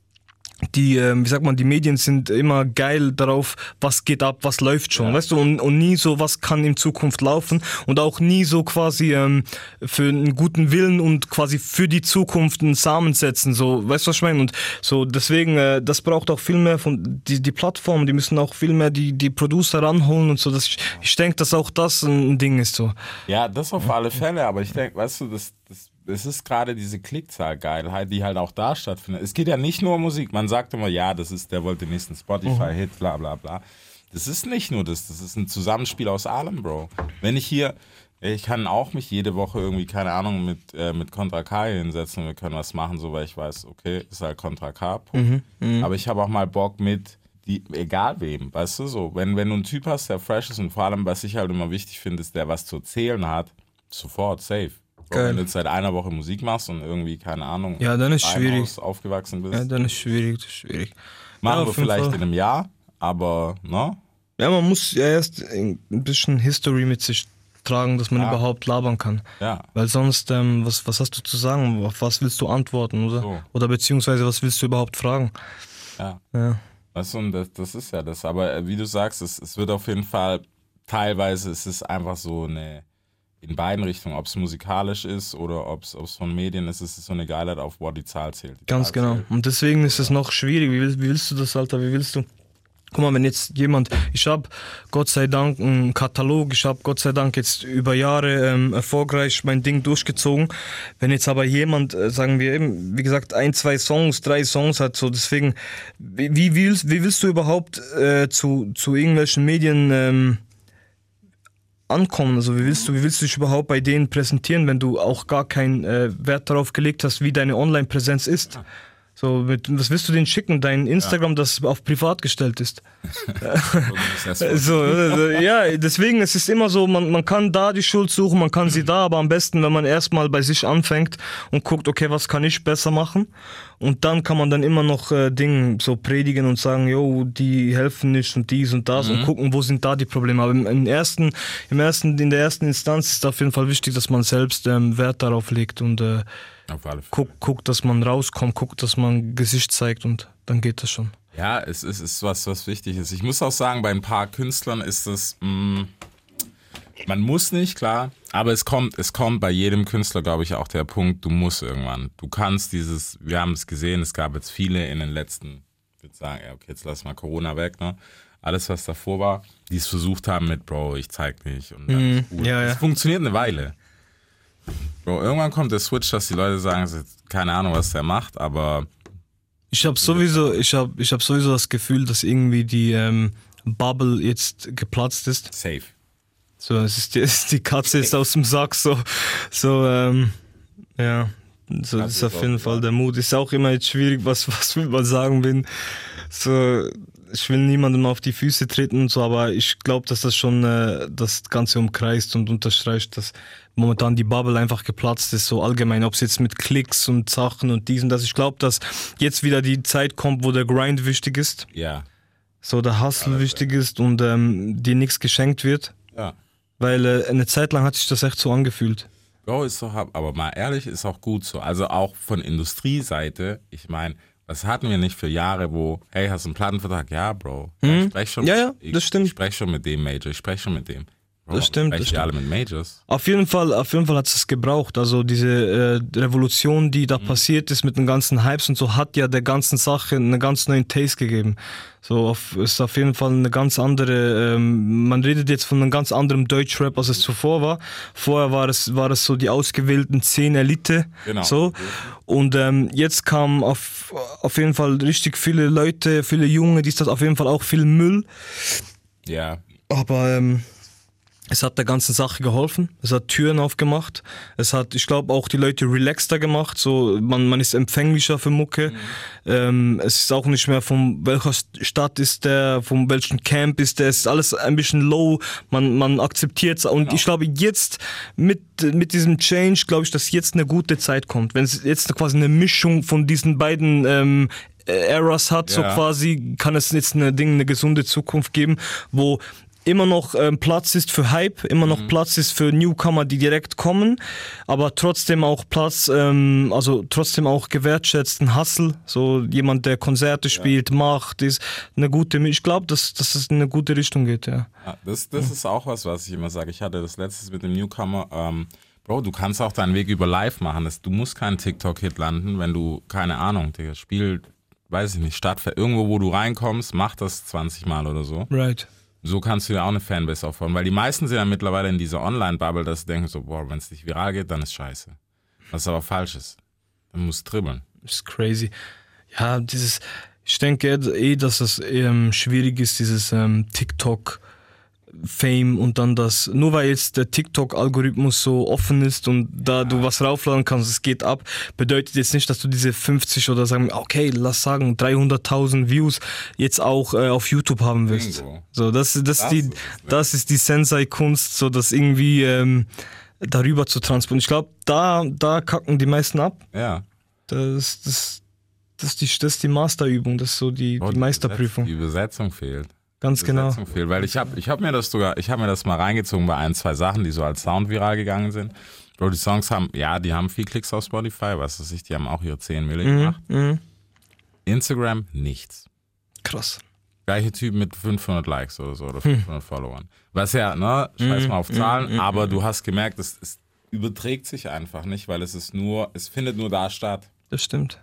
die, ähm, wie sagt man, die Medien sind immer geil darauf, was geht ab, was läuft schon, ja. weißt du, und, und nie so, was kann in Zukunft laufen und auch nie so quasi ähm, für einen guten Willen und quasi für die Zukunft einen Samen setzen, so, weißt du, was ich meine? Und so, deswegen, äh, das braucht auch viel mehr von, die, die Plattformen, die müssen auch viel mehr die, die Producer ranholen und so, dass ich, ich denke, dass auch das ein Ding ist, so. Ja, das auf alle Fälle, aber ich denke, weißt du, das, das es ist gerade diese Klickzahlgeilheit, die halt auch da stattfindet. Es geht ja nicht nur um Musik. Man sagt immer, ja, das ist, der wollte den nächsten Spotify-Hit, bla bla bla. Das ist nicht nur das, das ist ein Zusammenspiel aus allem, Bro. Wenn ich hier, ich kann auch mich jede Woche irgendwie, keine Ahnung, mit, äh, mit Contra K hinsetzen und wir können was machen, so, weil ich weiß, okay, ist halt Contra K. Mhm, mh. Aber ich habe auch mal Bock mit, die, egal wem, weißt du, so. Wenn, wenn du einen Typ hast, der fresh ist und vor allem, was ich halt immer wichtig finde, ist, der was zu erzählen hat, sofort, safe. Bro, wenn du jetzt seit einer Woche Musik machst und irgendwie, keine Ahnung, ja, dann ist schwierig. aufgewachsen bist. Ja, dann ist schwierig, das ist schwierig. Machen ja, wir vielleicht Fall. in einem Jahr, aber, ne? Ja, man muss ja erst ein bisschen History mit sich tragen, dass man ja. überhaupt labern kann. Ja. Weil sonst, ähm, was, was hast du zu sagen? Auf was willst du antworten, oder? So. Oder beziehungsweise, was willst du überhaupt fragen? Ja. ja. Weißt du, und das, das ist ja das. Aber wie du sagst, es, es wird auf jeden Fall, teilweise ist es einfach so eine, in beiden Richtungen, ob es musikalisch ist oder ob es von Medien ist, ist es so eine Geilheit, auf wo die Zahl zählt. Die Ganz Zahl genau. Zählt. Und deswegen ist es noch schwierig. Wie willst, wie willst du das, Alter? Wie willst du? Guck mal, wenn jetzt jemand, ich habe Gott sei Dank einen Katalog, ich habe Gott sei Dank jetzt über Jahre ähm, erfolgreich mein Ding durchgezogen. Wenn jetzt aber jemand, äh, sagen wir eben, wie gesagt, ein, zwei Songs, drei Songs hat, so deswegen, wie, wie, willst, wie willst du überhaupt äh, zu, zu irgendwelchen Medien ähm, ankommen? Also wie willst du, wie willst du dich überhaupt bei denen präsentieren, wenn du auch gar keinen äh, Wert darauf gelegt hast, wie deine Online-Präsenz ist? So, mit, was willst du denen schicken? Dein Instagram, ja. das auf privat gestellt ist. so, ja, deswegen, es ist immer so, man, man kann da die Schuld suchen, man kann sie da, aber am besten, wenn man erstmal bei sich anfängt und guckt, okay, was kann ich besser machen? Und dann kann man dann immer noch äh, Dinge so predigen und sagen, yo, die helfen nicht und dies und das mhm. und gucken, wo sind da die Probleme. Aber im, im ersten, im ersten, in der ersten Instanz ist auf jeden Fall wichtig, dass man selbst ähm, Wert darauf legt und äh, guckt, guck, dass man rauskommt, guckt, dass man Gesicht zeigt und dann geht das schon. Ja, es ist, ist was, was wichtig ist. Ich muss auch sagen, bei ein paar Künstlern ist es, mh, man muss nicht, klar, aber es kommt, es kommt bei jedem Künstler, glaube ich, auch der Punkt, du musst irgendwann. Du kannst dieses, wir haben es gesehen, es gab jetzt viele in den letzten, ich würde sagen, ja, okay, jetzt lass mal Corona weg, ne? Alles, was davor war, die es versucht haben mit, Bro, ich zeig nicht und dann mm, ist gut. Ja, ja. Es funktioniert eine Weile. Bro, irgendwann kommt der Switch, dass die Leute sagen, keine Ahnung, was der macht, aber ich habe sowieso, ich habe, ich habe sowieso das Gefühl, dass irgendwie die ähm, Bubble jetzt geplatzt ist. Safe. So, es ist die, die Katze ist aus dem Sack, so, so, ähm, ja, so das ist auf jeden Fall der Mut. Ist auch immer jetzt schwierig, was, was will man sagen will. So, ich will niemandem auf die Füße treten und so, aber ich glaube, dass das schon äh, das Ganze umkreist und unterstreicht, dass momentan die Bubble einfach geplatzt ist, so allgemein, ob es jetzt mit Klicks und Sachen und dies und das. Ich glaube, dass jetzt wieder die Zeit kommt, wo der Grind wichtig ist. Ja. So der Hustle ja, wichtig ja. ist und ähm, dir nichts geschenkt wird. Ja. Weil äh, eine Zeit lang hat sich das echt so angefühlt. Bro, ist doch, aber mal ehrlich, ist auch gut so. Also auch von Industrieseite, ich meine, was hatten wir nicht für Jahre, wo, hey, hast du einen Plattenvertrag? Ja, Bro. Mhm. Ich spreche schon, ja, ja, das stimmt. Ich spreche schon mit dem Major, ich spreche schon mit dem. Bro, das stimmt. das stimmt. alle mit Majors. Auf jeden Fall, auf jeden Fall hat es gebraucht. Also diese äh, Revolution, die da mhm. passiert ist mit den ganzen Hypes und so, hat ja der ganzen Sache einen ganz neuen Taste gegeben. So auf, ist auf jeden Fall eine ganz andere. Ähm, man redet jetzt von einem ganz anderen Deutschrap, als es zuvor war. Vorher war es war es so die ausgewählten zehn Elite. Genau. So. Und ähm, jetzt kamen auf auf jeden Fall richtig viele Leute, viele Junge, die ist das auf jeden Fall auch viel Müll. Ja. Aber ähm, Es hat der ganzen Sache geholfen, es hat Türen aufgemacht, es hat, ich glaube, auch die Leute relaxter gemacht, so man, man ist empfänglicher für Mucke. Mhm. Ähm, es ist auch nicht mehr von welcher Stadt ist der, von welchem Camp ist der, es ist alles ein bisschen low, man, man akzeptiert es und genau. Ich glaube jetzt mit, mit diesem Change, glaube ich, dass jetzt eine gute Zeit kommt, wenn es jetzt quasi eine Mischung von diesen beiden ähm, Eras hat, ja. So quasi kann es jetzt eine Ding, eine gesunde Zukunft geben, wo immer noch ähm, Platz ist für Hype, immer noch mhm. Platz ist für Newcomer, die direkt kommen, aber trotzdem auch Platz, ähm, also trotzdem auch gewertschätzten Hustle, so jemand, der Konzerte spielt, ja. macht, ist eine gute, ich glaube, dass, dass es in eine gute Richtung geht, ja. ja das das ja. ist auch was, was ich immer sage. Ich hatte das letztes mit dem Newcomer, ähm, Bro, du kannst auch deinen Weg über live machen, das, du musst keinen TikTok-Hit landen, wenn du, keine Ahnung, Digga, Spiel, weiß ich nicht, Stadtfest, irgendwo, wo du reinkommst, mach das zwanzig Mal oder so. Right. So kannst du ja auch eine Fanbase aufbauen, weil die meisten sind ja mittlerweile in dieser Online-Bubble, dass sie denken so, boah, wenn es nicht viral geht, dann ist scheiße. Was aber falsch ist. Dann musst du dribbeln. Das ist crazy. Ja, dieses, ich denke eh, dass es ähm, schwierig ist, dieses ähm, TikTok Fame und dann das, nur weil jetzt der TikTok-Algorithmus so offen ist und da du was raufladen kannst, es geht ab, bedeutet jetzt nicht, dass du diese fünfzig oder sagen, okay, lass sagen, dreihunderttausend Views jetzt auch äh, auf YouTube haben wirst. Bingo. So, das, das, das, die, ist das ist die Sensei-Kunst, so das irgendwie ähm, darüber zu transportieren. Ich glaube, da, da kacken die meisten ab. Ja. Das, das, das, ist, die, das ist die Masterübung, das ist so die, oh, die Meisterprüfung. Die Übersetzung fehlt. Ganz genau. Fehlt, weil ich habe ich hab mir das sogar, ich habe mir das mal reingezogen bei ein, zwei Sachen, die so als Sound viral gegangen sind. Bro, die Songs haben, ja, die haben viel Klicks auf Spotify, was weiß ich, die haben auch ihre zehn Millionen mhm, gemacht. Mhm. Instagram, nichts. Krass. Gleiche Typ mit fünfhundert Likes oder so, oder fünfhundert hm. Followern. Was ja, ne, scheiß mal auf Zahlen, mhm, aber mhm. du hast gemerkt, es, es überträgt sich einfach nicht, weil es ist nur, es findet nur da statt. Das stimmt.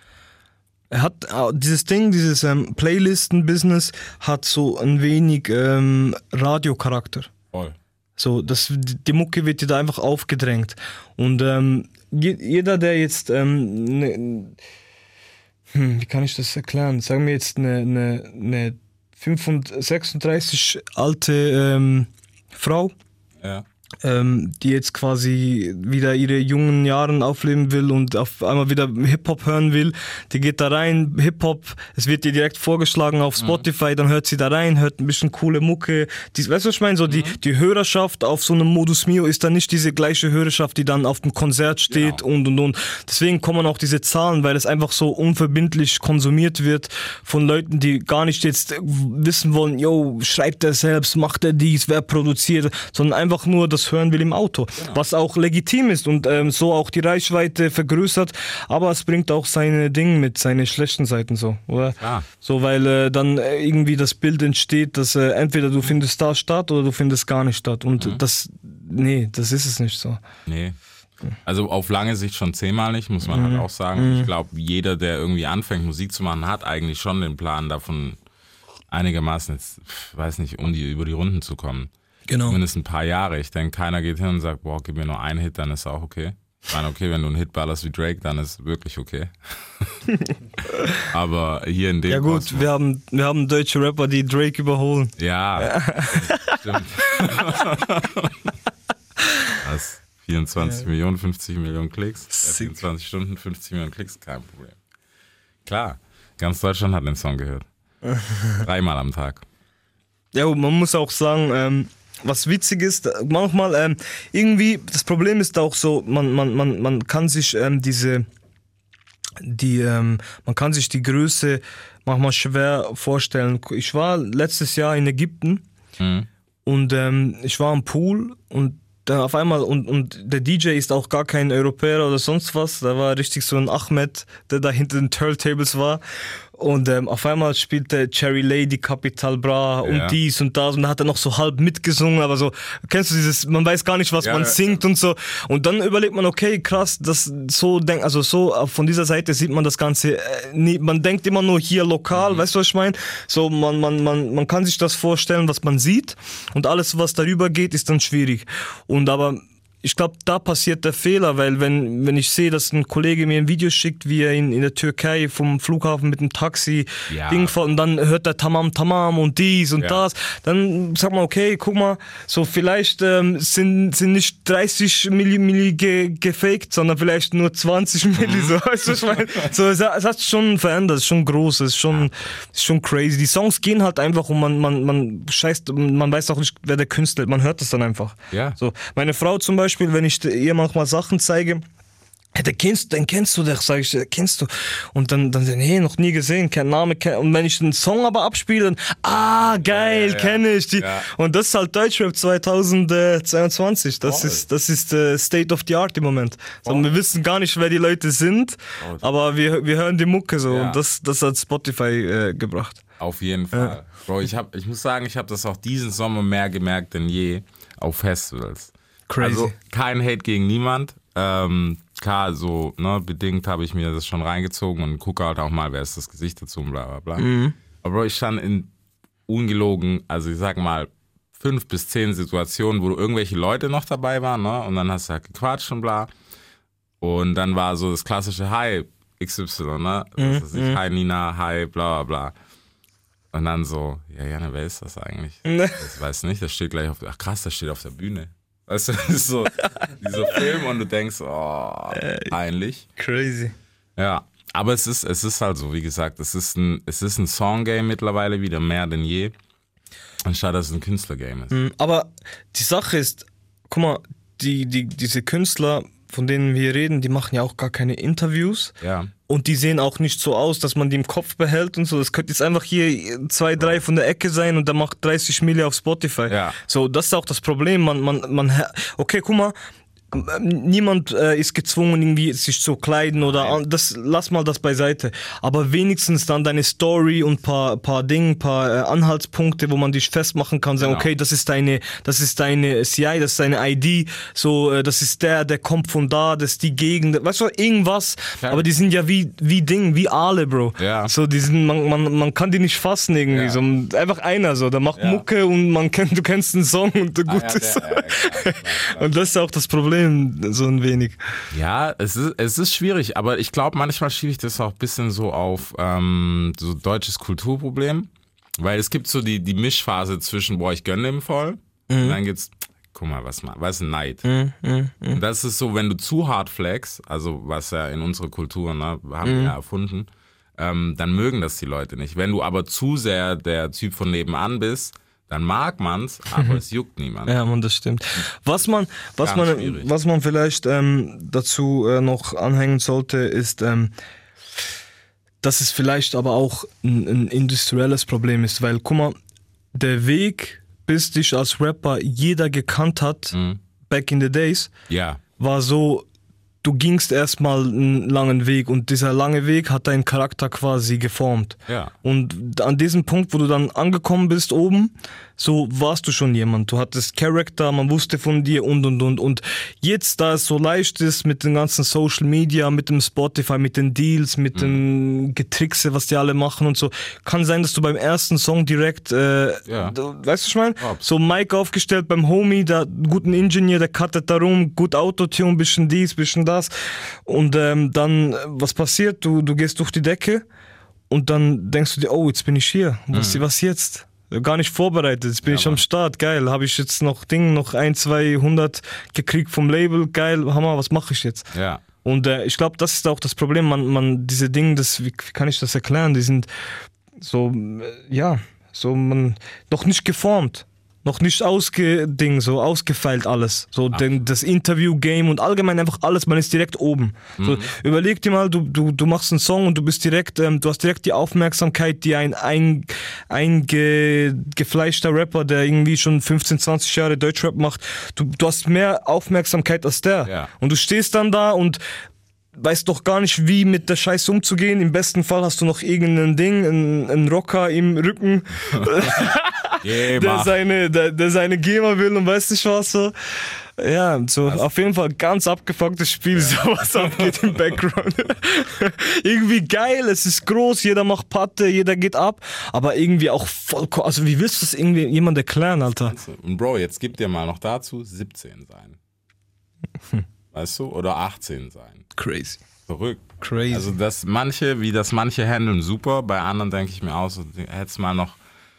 Er hat dieses Ding, dieses ähm, Playlisten-Business hat so ein wenig ähm, Radiocharakter. Voll. So, das, die Mucke wird dir da einfach aufgedrängt. Und ähm, jeder, der jetzt, ähm, ne, hm, wie kann ich das erklären? Sagen wir jetzt eine, eine, eine sechsunddreißig alte ähm, Frau. Ja. Ähm, die jetzt quasi wieder ihre jungen Jahren aufleben will und auf einmal wieder Hip-Hop hören will, die geht da rein, Hip-Hop, es wird ihr direkt vorgeschlagen auf Spotify, mhm. dann hört sie da rein, hört ein bisschen coole Mucke, die, weißt du, was ich meine? So, mhm. die, die Hörerschaft auf so einem Modus Mio ist dann nicht diese gleiche Hörerschaft, die dann auf dem Konzert steht genau. und und und. Deswegen kommen auch diese Zahlen, weil es einfach so unverbindlich konsumiert wird von Leuten, die gar nicht jetzt wissen wollen, yo, schreibt er selbst, macht er dies, wer produziert, sondern einfach nur das hören will im Auto, genau. was auch legitim ist und ähm, so auch die Reichweite vergrößert, aber es bringt auch seine Dinge mit, seine schlechten Seiten so, oder? Ah. So, weil äh, dann äh, irgendwie das Bild entsteht, dass äh, entweder du findest da statt oder du findest gar nicht statt und mhm. das, nee, das ist es nicht so. Nee. Also auf lange Sicht schon zehnmal nicht, muss man mhm. halt auch sagen. Mhm. Ich glaube, jeder, der irgendwie anfängt, Musik zu machen, hat eigentlich schon den Plan davon, einigermaßen jetzt, weiß nicht, um die, über die Runden zu kommen. Genau. Zumindest ein paar Jahre. Ich denke, keiner geht hin und sagt, boah, gib mir nur einen Hit, dann ist auch okay. Ich meine, okay, wenn du einen Hit ballerst wie Drake, dann ist es wirklich okay. Aber hier in dem Ja gut, Kosmos, wir haben, wir haben deutsche Rapper, die Drake überholen. Ja, stimmt. Was? vierundzwanzig ja. Millionen, fünfzig Millionen Klicks. Ja, vierundzwanzig Stunden, fünfzig Millionen Klicks, kein Problem. Klar, ganz Deutschland hat den Song gehört. Dreimal am Tag. Ja, man muss auch sagen, ähm, was witzig ist, manchmal ähm, irgendwie, das Problem ist auch so, man, man, man, man kann sich ähm, diese, die, ähm, man kann sich die Größe manchmal schwer vorstellen. Ich war letztes Jahr in Ägypten mhm. und ähm, ich war am Pool und dann auf einmal, und, und der D J ist auch gar kein Europäer oder sonst was, da war richtig so ein Ahmed, der da hinter den Turntables war. Und ähm, auf einmal spielte Cherry Lady, Capital Bra und ja. dies und das und da hat er noch so halb mitgesungen, aber so, kennst du dieses, man weiß gar nicht, was ja, man ja. singt und so. Und dann überlegt man, okay, krass, das so denk, also so von dieser Seite sieht man das Ganze, äh, nie, man denkt immer nur hier lokal, mhm. weißt du, was ich meine? So, man, man, man, man kann sich das vorstellen, was man sieht und alles, was darüber geht, ist dann schwierig. Und aber ich glaube, da passiert der Fehler, weil wenn, wenn ich sehe, dass ein Kollege mir ein Video schickt, wie er in, in der Türkei vom Flughafen mit dem Taxi Ja. Ding fährt und dann hört er Tamam Tamam und dies und Ja. das, dann sagt man, okay, guck mal, so vielleicht ähm, sind, sind nicht dreißig Milli, Milli ge, gefaked, sondern vielleicht nur zwanzig Milli, so, weißt du, was ich meine? So, es, es hat schon verändert, es ist schon groß, es ist schon, es ist schon crazy. Die Songs gehen halt einfach und man, man, man scheißt, man weiß auch nicht, wer der Künstler ist, man hört es dann einfach. Ja. So, meine Frau zum Beispiel, wenn ich ihr manchmal Sachen zeige, hey, den kennst, den kennst du, den sag ich, den kennst du. Und dann, dann sagen, hey, noch nie gesehen, kein Name, kein, und wenn ich den Song aber abspiele, dann, ah, geil, Ja, ja, kenne ich die. ja. Und das ist halt Deutschrap zweitausendzweiundzwanzig. Das Voll. ist, das ist äh, State of the Art im Moment. So, wir wissen gar nicht, wer die Leute sind, Voll. aber wir, wir hören die Mucke so. Ja. Und das, das hat Spotify äh, gebracht. Auf jeden Fall. Bro, ich, hab, ich muss sagen, ich habe das auch diesen Sommer mehr gemerkt denn je auf Festivals. Crazy. Also kein Hate gegen niemand. Ähm, klar, so ne, bedingt habe ich mir das schon reingezogen und gucke halt auch mal, wer ist das Gesicht dazu und bla bla bla. Mhm. Aber Bro, ich stand in ungelogen, also ich sag mal, fünf bis zehn Situationen, wo irgendwelche Leute noch dabei waren, ne? Und dann hast du halt gequatscht und bla. Und dann war so das klassische Hi, X Y, ne? Mhm. Das ist nicht, Hi Nina, Hi, bla bla bla. Und dann so, ja, Janne, wer ist das eigentlich? Das weiß nicht, das steht gleich auf, ach krass, das steht auf der Bühne. Weißt du, das ist so dieser Film und du denkst, oh, peinlich. Crazy. Ja, aber es ist, es ist halt so, wie gesagt, es ist ein, es ist ein Songgame mittlerweile wieder mehr denn je, anstatt dass es ein Künstlergame ist. Mhm, aber die Sache ist, guck mal, die, die, diese Künstler, von denen wir reden, die machen ja auch gar keine Interviews. Ja. Und die sehen auch nicht so aus, dass man die im Kopf behält und so. Das könnte jetzt einfach hier zwei, drei von der Ecke sein und der macht dreißig Mille auf Spotify. Ja. So, das ist auch das Problem. Man, man, man, okay, guck mal, niemand äh, ist gezwungen, irgendwie sich zu kleiden oder an, das, lass mal das beiseite. Aber wenigstens dann deine Story und paar, paar Dinge, paar äh, Anhaltspunkte, wo man dich festmachen kann, sagen, Genau. okay, das ist deine, das ist deine C I, das ist deine I D, so, äh, das ist der, der kommt von da, das ist die Gegend, weißt du, irgendwas. Ja. Aber die sind ja wie, wie Ding, wie Aale, Bro. Ja. So, die sind, man, man, man kann die nicht fassen irgendwie. Ja. So, einfach einer so, der macht Ja. Mucke und man kennt, du kennst einen Song und der Ah, gut ja, ist. der, ja, ja, klar, klar, klar. Und das ist auch das Problem, so ein wenig. Ja, es ist, es ist schwierig, aber ich glaube, manchmal schiebe ich das auch ein bisschen so auf ähm, so deutsches Kulturproblem, weil es gibt so die, die Mischphase zwischen, boah, ich gönne dem voll, und dann gibt's, guck mal, was, was ist Neid? Und das ist so, wenn du zu hart flex, also was ja in unserer Kultur, ne, haben wir ja erfunden, ähm, dann mögen das die Leute nicht. Wenn du aber zu sehr der Typ von nebenan bist, dann mag man's, aber es juckt niemand. Ja, man, das stimmt. Was man, was Ganz man, schwierig. was man vielleicht ähm, dazu äh, noch anhängen sollte, ist, ähm, dass es vielleicht aber auch ein, ein industrielles Problem ist, weil, guck mal, der Weg, bis dich als Rapper jeder gekannt hat, Mhm. back in the days, Ja, war so, du gingst erstmal einen langen Weg und dieser lange Weg hat deinen Charakter quasi geformt. ja. Und an diesem Punkt, wo du dann angekommen bist oben, so warst du schon jemand. Du hattest Charakter, man wusste von dir und und und. Und jetzt, da es so leicht ist mit den ganzen Social Media, mit dem Spotify, mit den Deals, mit dem Getrickse, was die alle machen und so, kann sein, dass du beim ersten Song direkt, äh, Ja. du, weißt du, was ich meine? Absolut. So Mic aufgestellt beim Homie, der guten Ingenieur, der cuttet da rum, gut Autotune, bisschen dies, bisschen das. Und ähm, dann, was passiert? Du, du gehst durch die Decke und dann denkst du dir, oh, jetzt bin ich hier. Was, was jetzt? Gar nicht vorbereitet, jetzt bin Ja, ich am Mann. Start, geil. Habe ich jetzt noch Ding, noch ein, zweihundert gekriegt vom Label, geil, Hammer, was mache ich jetzt? Ja. Und äh, ich glaube, das ist auch das Problem, man, man diese Dinge, das, wie, wie kann ich das erklären, die sind so, äh, ja, so man, noch nicht geformt. Noch nicht ausgeding, so ausgefeilt alles. So den, das Interview-Game und allgemein einfach alles, man ist direkt oben. So, überleg dir mal, du, du, du machst einen Song und du bist direkt, ähm, du hast direkt die Aufmerksamkeit, die ein ein, ein ge, gefleischter Rapper, der irgendwie schon fünfzehn, zwanzig Jahre Deutschrap macht, du, du hast mehr Aufmerksamkeit als der. Ja. Und du stehst dann da und weißt doch gar nicht, wie mit der Scheiße umzugehen. Im besten Fall hast du noch irgendein Ding, einen, einen Rocker im Rücken, der Gema. seine, der, der seine GEMA will und weiß nicht was so. Ja, so auf jeden Fall ganz abgefucktes Spiel, so was abgeht im Background. Irgendwie geil, es ist groß, jeder macht Patte, jeder geht ab, aber irgendwie auch voll, also wie willst du das irgendwie jemand erklären, Alter? Und Bro, jetzt gib dir mal noch dazu siebzehn sein. Weißt du? Oder achtzehn sein. Crazy. Verrückt. Crazy. Also das manche, wie das manche handeln, super. Bei anderen denke ich mir auch so, hättest mal noch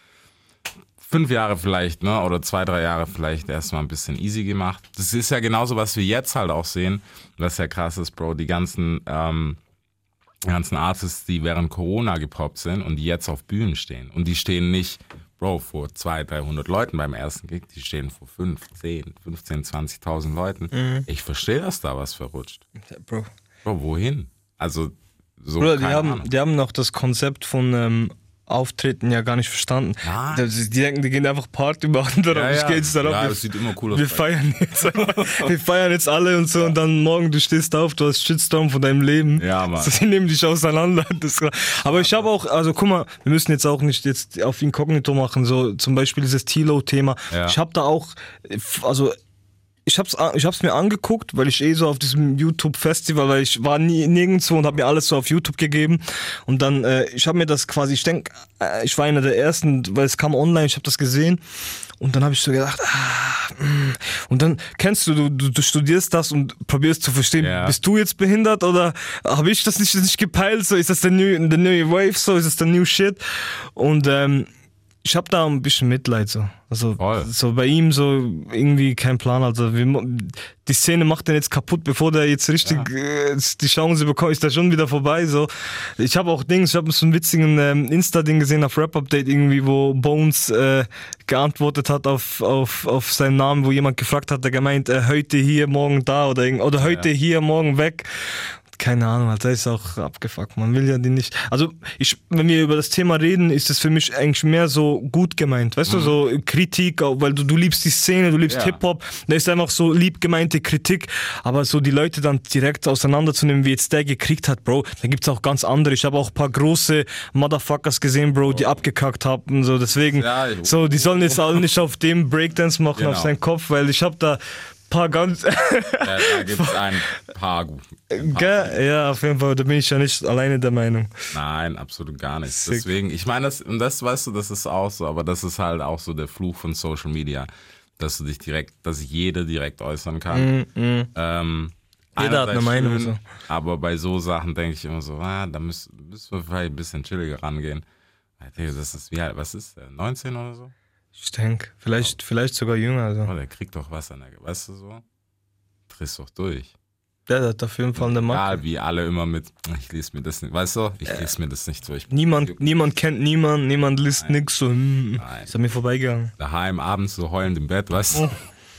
fünf Jahre vielleicht, ne, oder zwei, drei Jahre vielleicht erstmal ein bisschen easy gemacht. Das ist ja genauso, was wir jetzt halt auch sehen, was ja krass ist, Bro, die ganzen, ähm, die ganzen Artists, die während Corona gepoppt sind und die jetzt auf Bühnen stehen. Und die stehen nicht, Bro, vor zweihundert, dreihundert Leuten beim ersten Gig, die stehen vor fünf, zehn, fünfzehn, zwanzigtausend Leuten. Mhm. Ich verstehe, dass da was verrutscht. Ja, Bro. Bro, wohin? Also, so Bruder, die keine haben, Ahnung. die haben noch das Konzept von ähm, Auftreten ja gar nicht verstanden. Ah. Die denken, die gehen einfach Party machen darauf. Ja, ich ja. gehe jetzt darauf. Ja, wir, das sieht immer cool aus. wir feiern jetzt, wir feiern jetzt alle und so und dann morgen du stehst auf, du hast Shitstorm von deinem Leben. Ja, Mann. So, die nehmen dich auseinander. Das, aber ich habe auch, also guck mal, wir müssen jetzt auch nicht jetzt auf Inkognito machen, so zum Beispiel dieses T-Lo-Thema. Ja. Ich habe da auch, also Ich hab's, ich hab's mir angeguckt, weil ich eh so auf diesem YouTube-Festival, weil ich war nie nirgendwo und habe mir alles so auf YouTube gegeben. Und dann, äh, ich habe mir das quasi, ich denke, äh, ich war einer der Ersten, weil es kam online, ich habe das gesehen. Und dann habe ich so gedacht, ah, mm. Und dann kennst du, du, du studierst das und probierst zu verstehen, Ja. bist du jetzt behindert oder habe ich das nicht, nicht gepeilt? So, ist das der new, der new Wave, so ist das der new Shit? Und ähm, ich habe da ein bisschen Mitleid so. Also Voll. so bei ihm so irgendwie kein Plan. Also wir, die Szene macht den jetzt kaputt, bevor der jetzt richtig Ja. äh, die Chance bekommt, ist der schon wieder vorbei. So. Ich habe auch Dings, ich habe so einen witzigen ähm, Insta-Ding gesehen auf Rap-Update irgendwie, wo Bones äh, geantwortet hat auf, auf, auf seinen Namen, wo jemand gefragt hat, der gemeint, äh, heute hier, morgen da oder, irgend- oder heute ja. hier, morgen weg. Keine Ahnung, Alter, ist auch abgefuckt. Man will ja die nicht. Also, ich, wenn wir über das Thema reden, ist es für mich eigentlich mehr so gut gemeint. Weißt mhm. du, so Kritik, weil du, du liebst die Szene, du liebst Ja. Hip-Hop. Da ist einfach so lieb gemeinte Kritik. Aber so die Leute dann direkt auseinanderzunehmen, wie jetzt der gekriegt hat, Bro, da gibt's auch ganz andere. Ich habe auch ein paar große Motherfuckers gesehen, Bro, die abgekackt haben. So, deswegen, Ja, so, die sollen jetzt alle nicht auf dem Breakdance machen, Genau. auf seinen Kopf, weil ich habe da paar ganz. Ja, da gibt es ein paar gute. Gell? Ja, auf jeden Fall, da bin ich ja nicht alleine der Meinung. Nein, absolut gar nicht. Sick. Deswegen, ich meine, das, und das weißt du, das ist auch so, aber das ist halt auch so der Fluch von Social Media, dass du dich direkt, dass jeder direkt äußern kann. Mm, mm. Ähm, Jeder hat eine einerseits Meinung, schön, so. Aber bei so Sachen denke ich immer so, ah, da müssen, müssen wir vielleicht ein bisschen chilliger rangehen. Ich denke, das ist wie alt, was ist der, neunzehn oder so? Ich denke, vielleicht, vielleicht sogar jünger. Also. Oh, der kriegt doch was an der, weißt du so? Drehst doch durch. Der hat auf jeden Fall eine Marke. Egal, wie alle immer mit, ich lese mir das nicht, weißt du, ich lese mir das nicht durch. Niemand, niemand kennt niemand, niemand liest nix. So, hm, Nein. ist an mir vorbeigegangen. Daheim abends so heulend im Bett, weißt du? Oh.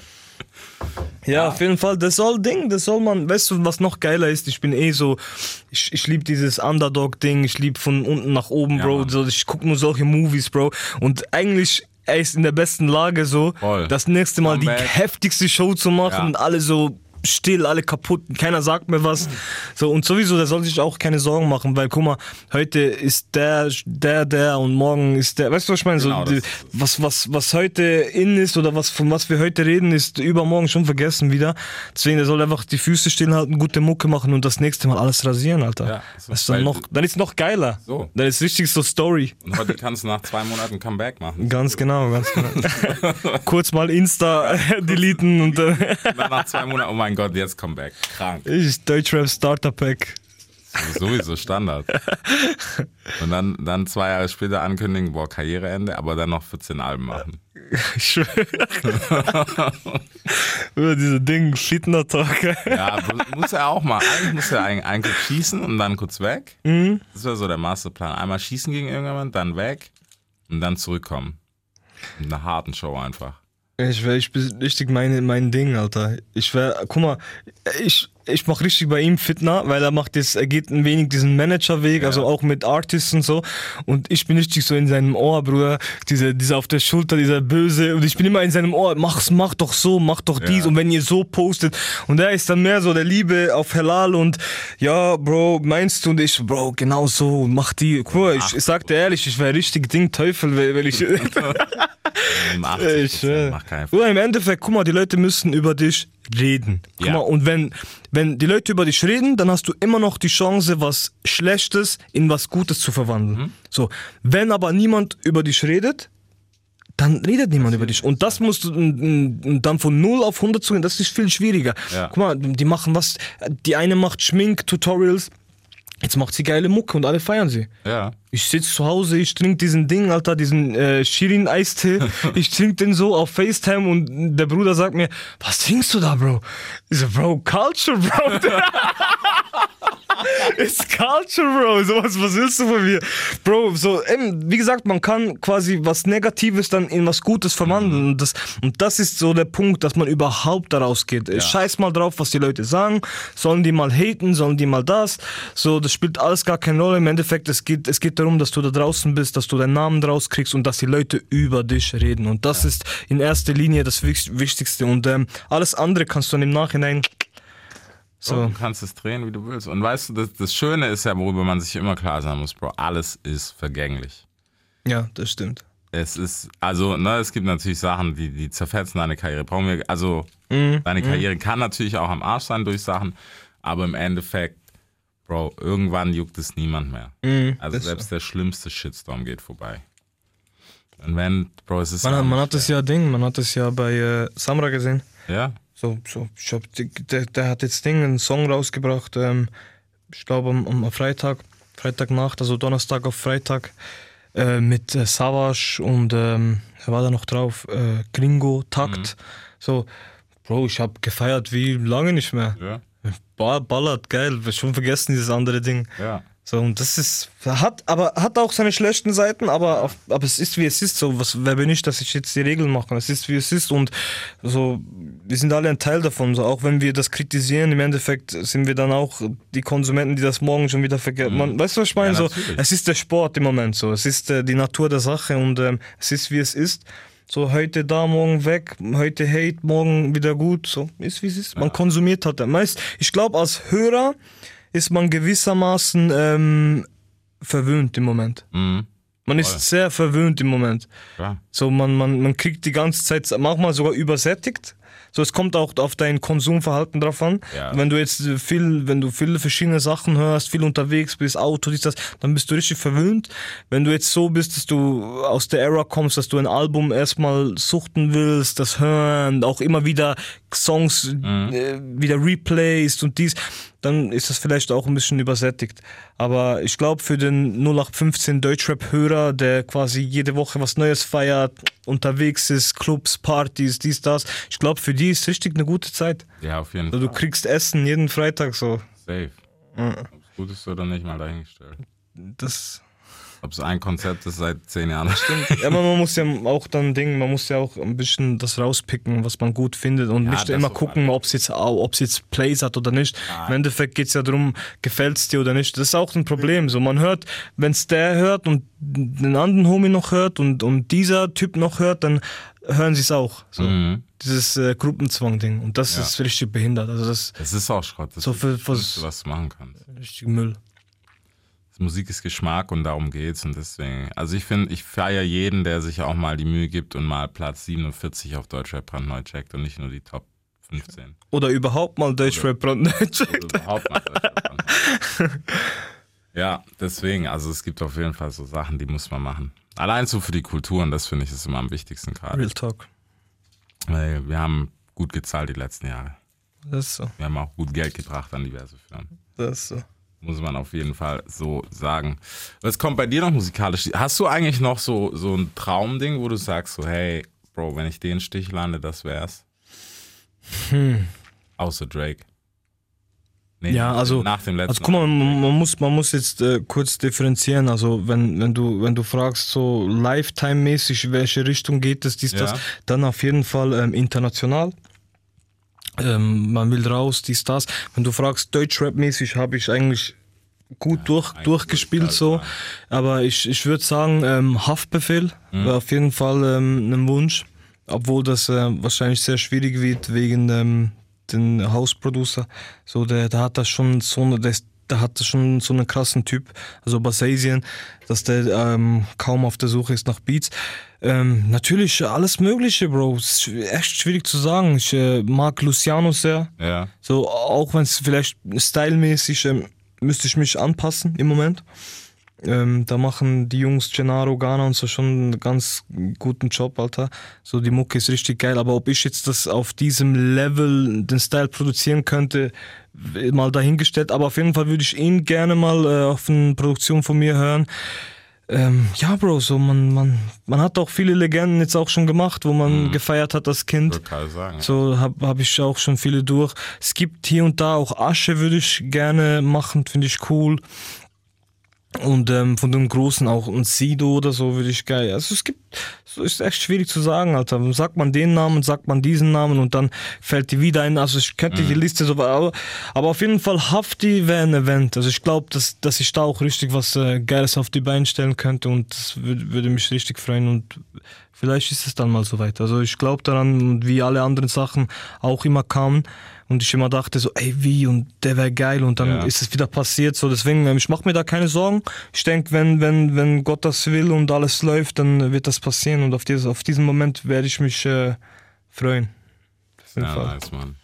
Ja, auf jeden Fall, das soll Ding, das soll man, weißt du, was noch geiler ist, ich bin eh so, ich, ich liebe dieses Underdog-Ding, ich liebe von unten nach oben, Ja, Bro, Mann. so, ich gucke nur solche Movies, Bro, und eigentlich, er ist in der besten Lage so, Voll. das nächste Mal Comeback. die heftigste Show zu machen Ja. und alle so still, alle kaputt, keiner sagt mir was. So, und sowieso, der soll sich auch keine Sorgen machen, weil guck mal, heute ist der, der, der und morgen ist der, weißt du, was ich meine? So, Genau, die, das- was, was, was heute in ist oder was, von was wir heute reden, ist übermorgen schon vergessen wieder. Deswegen, der soll einfach die Füße stillhalten, gute Mucke machen und das nächste Mal alles rasieren, Alter. Ja, so, das ist dann weil- noch, dann ist noch geiler. So. Dann ist richtig so Story. Und heute kannst du nach zwei Monaten ein Comeback machen. Ganz genau, ganz genau. Kurz mal Insta deleten und äh, Und dann nach zwei Monaten, oh mein Gott, jetzt Comeback. Krank. ich Deutschrap Starter Pack. Sowieso Standard. Und dann, dann zwei Jahre später ankündigen, boah, Karriereende, aber dann noch vierzehn Alben machen. Ich schwöre. Über diese Dinge, Fitner Talk. Ja, muss er auch mal. Eigentlich muss er eigentlich, eigentlich schießen und dann kurz weg. Mhm. Das wäre so der Masterplan. Einmal schießen gegen irgendjemand, dann weg und dann zurückkommen. Mit einer harten Show einfach. Ich wäre ich bin richtig mein, mein Ding, Alter. Ich wäre, guck mal, ich, ich mach richtig bei ihm Fitner, weil er macht jetzt, er geht ein wenig diesen Managerweg, Ja. also auch mit Artists und so. Und ich bin richtig so in seinem Ohr, Bruder. Dieser, dieser auf der Schulter, dieser Böse. Und ich bin immer in seinem Ohr, mach's, mach doch so, mach doch Ja. dies. Und wenn ihr so postet. Und er ist dann mehr so der Liebe auf Halal und ja, Bro, meinst du? Und ich, Bro, genau so, mach die. Guck mal, ich, ich sag dir ehrlich, ich wäre richtig Ding Teufel, weil, weil ich. Um achtzig Ich schwör. Mach keine Oder im Endeffekt, guck mal, die Leute müssen über dich reden. Guck Ja. mal, und wenn, wenn die Leute über dich reden, dann hast du immer noch die Chance, was Schlechtes in was Gutes zu verwandeln. Mhm. So, wenn aber niemand über dich redet, dann redet niemand über dich. Und das musst du und dann von null auf hundert zu gehen, das ist viel schwieriger. Ja. Guck mal, die machen was, die eine macht Schmink-Tutorials, jetzt macht sie geile Mucke und alle feiern sie. Ja. Ich sitze zu Hause, ich trinke diesen Ding, Alter, diesen äh, Shirin-Eistee. Ich trinke den so auf FaceTime und der Bruder sagt mir, was trinkst du da, Bro? Ich so, Bro, Culture, Bro. It's Culture, Bro. So, was, was willst du von mir? Bro, so, eben, wie gesagt, man kann quasi was Negatives dann in was Gutes verwandeln. Und das, und das ist so der Punkt, dass man überhaupt da rausgeht. Ja. Scheiß mal drauf, was die Leute sagen. Sollen die mal haten, sollen die mal das? So, das spielt alles gar keine Rolle. Im Endeffekt, es geht, es geht darum, dass du da draußen bist, dass du deinen Namen draus kriegst und dass die Leute über dich reden. Und das ja. ist in erster Linie das Wichtigste. Und ähm, alles andere kannst du dann im Nachhinein... So. Du kannst es drehen, wie du willst. Und weißt du, das, das Schöne ist ja, worüber man sich immer klar sein muss, Bro, alles ist vergänglich. Ja, das stimmt. Es ist, also, ne, es gibt natürlich Sachen, die, die zerfetzen deine Karriere. Brauchen wir, also, mm, deine Karriere mm. kann natürlich auch am Arsch sein durch Sachen, aber im Endeffekt, Bro, irgendwann juckt es niemand mehr. Mm, also selbst so. Der schlimmste Shitstorm geht vorbei. Und wenn, Bro, es ist... Man, hat, man hat das ja Ding, man hat das ja bei äh, Samra gesehen. Ja. So, so, ich hab, der, der hat jetzt Ding, einen Song rausgebracht, ähm, ich glaube am, am Freitag, Freitagnacht, also Donnerstag auf Freitag, äh, mit äh, Savage und, ähm, wer war da noch drauf, äh, Gringo, Takt, mhm. so, Bro, ich hab gefeiert wie lange nicht mehr. Ja. Ball, ballert, geil, schon vergessen dieses andere Ding. Ja. So, und das ist, hat, aber hat auch seine schlechten Seiten, aber, auf, aber es ist wie es ist. So, was, wer bin ich, dass ich jetzt die Regeln mache? Es ist wie es ist und so, wir sind alle ein Teil davon. So, auch wenn wir das kritisieren, im Endeffekt sind wir dann auch die Konsumenten, die das morgen schon wieder vergessen. Mhm. Man, weißt du, was ich meine? Ja, so, es ist der Sport im Moment so. Es ist äh, die Natur der Sache und ähm, es ist wie es ist. So, heute da, morgen weg, heute Hate, morgen wieder gut. So, ist wie es ist. Man ja. konsumiert halt. Meist, ich glaube, als Hörer ist man gewissermaßen ähm, verwöhnt im Moment. Mhm. Man ist Voll. sehr verwöhnt im Moment. Ja. So, man, man, man kriegt die ganze Zeit, manchmal sogar übersättigt. So, es kommt auch auf dein Konsumverhalten drauf an. Ja. Wenn du jetzt viel, wenn du viele verschiedene Sachen hörst, viel unterwegs bist, Auto, dies, das, dann bist du richtig verwöhnt. Wenn du jetzt so bist, dass du aus der Era kommst, dass du ein Album erstmal suchten willst, das hören, auch immer wieder Songs mhm. äh, wieder replayst und dies, dann ist das vielleicht auch ein bisschen übersättigt. Aber ich glaube, für den null acht fünfzehn Deutschrap-Hörer, der quasi jede Woche was Neues feiert, unterwegs ist, Clubs, Partys, dies, das, ich glaube, für die ist richtig eine gute Zeit. Ja, auf jeden also, Fall. Du kriegst Essen jeden Freitag so. Safe. Ja. Ob es gut ist oder nicht, mal dahingestellt. Das... Ob es ein Konzept ist seit zehn Jahren. Stimmt. Ja, man muss ja auch dann Ding, man muss ja auch ein bisschen das rauspicken, was man gut findet und ja, nicht immer gucken, ob es jetzt, jetzt Plays hat oder nicht. Nein. Im Endeffekt geht es ja darum, gefällt es dir oder nicht. Das ist auch ein Problem. So, man hört, wenn es der hört und den anderen Homie noch hört und, und dieser Typ noch hört, dann hören sie es auch. So. Mhm. Dieses äh, Gruppenzwang-Ding. Und das ja. ist richtig behindert. Also das, das ist auch Schrott. Das so ist für, was, was du machen kannst. Richtig Müll. Musik ist Geschmack und darum geht's und deswegen, also ich finde, ich feiere jeden, der sich auch mal die Mühe gibt und mal Platz siebenundvierzig auf Deutschrap brandneu checkt und nicht nur die Top fünfzehn. Oder überhaupt mal Deutschrap brandneu checkt. Oder überhaupt mal Deutschrap brandneu. Ja, deswegen, also es gibt auf jeden Fall so Sachen, die muss man machen. Allein so für die Kultur und das finde ich ist immer am wichtigsten gerade. Real Talk. Weil wir haben gut gezahlt die letzten Jahre. Das ist so. Wir haben auch gut Geld gebracht an diverse Firmen. Das ist so. Muss man auf jeden Fall so sagen. Was kommt bei dir noch musikalisch? Hast du eigentlich noch so, so ein Traumding, wo du sagst so, hey, Bro, wenn ich den Stich lande, das wär's? Hm. Außer Drake. Nee, ja, also, nach dem letzten also guck mal, man, man, muss, man muss jetzt äh, kurz differenzieren. Also wenn, wenn, du, wenn du fragst, so Lifetime-mäßig, welche Richtung geht es, dies, ja. das, dann auf jeden Fall ähm, international. Ähm, man will raus, dies, das. Wenn du fragst, Deutschrap-mäßig habe ich eigentlich gut ja, durch, eigentlich durchgespielt so. Sein. Aber ich, ich würde sagen, ähm, Haftbefehl mhm. wäre auf jeden Fall ähm, ein Wunsch. Obwohl das äh, wahrscheinlich sehr schwierig wird wegen ähm, den House-Producer. So, der, der hat das schon so eine, der, der hat das schon so einen krassen Typ. Also Basasian, dass der ähm, kaum auf der Suche ist nach Beats. Ähm, natürlich alles Mögliche, Bro. Es ist echt schwierig zu sagen. Ich äh, mag Luciano sehr. Ja. So, auch wenn es vielleicht stylmäßig ähm, müsste ich mich anpassen im Moment. Ähm, da machen die Jungs Gennaro, Ghana und so schon einen ganz guten Job, Alter. So, die Mucke ist richtig geil, aber ob ich jetzt das auf diesem Level, den Style produzieren könnte, mal dahingestellt. Aber auf jeden Fall würde ich ihn gerne mal äh, auf eine Produktion von mir hören. Ähm, ja, Bro, so man, man, man hat auch viele Legenden jetzt auch schon gemacht, wo man mhm. gefeiert hat als Kind. Kann ich sagen, ja. So habe hab ich auch schon viele durch. Es gibt hier und da auch Asche, würde ich gerne machen, finde ich cool. Und ähm, von dem Großen auch ein Sido oder so würde ich geil. Also es gibt, so ist echt schwierig zu sagen, Alter. Sagt man den Namen, sagt man diesen Namen und dann fällt die wieder ein. Also ich könnte mhm. die Liste so, aber, aber auf jeden Fall Hafti wäre ein Event. Also ich glaube, dass, dass ich da auch richtig was äh, Geiles auf die Beine stellen könnte und das würde, würde mich richtig freuen und vielleicht ist es dann mal soweit. Also ich glaube daran, wie alle anderen Sachen auch immer kamen. Und ich immer dachte so, ey, wie, und der wäre geil. Und dann ja. ist es wieder passiert. So, deswegen, ich mache mir da keine Sorgen. Ich denke, wenn, wenn, wenn Gott das will und alles läuft, dann wird das passieren. Und auf, dieses, auf diesen Moment werde ich mich äh, freuen. Ja, nice, Mann.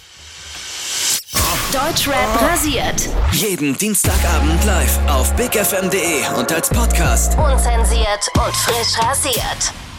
Deutschrap rasiert. Jeden Dienstagabend live auf bigfm punkt de und als Podcast. Unzensiert und frisch rasiert.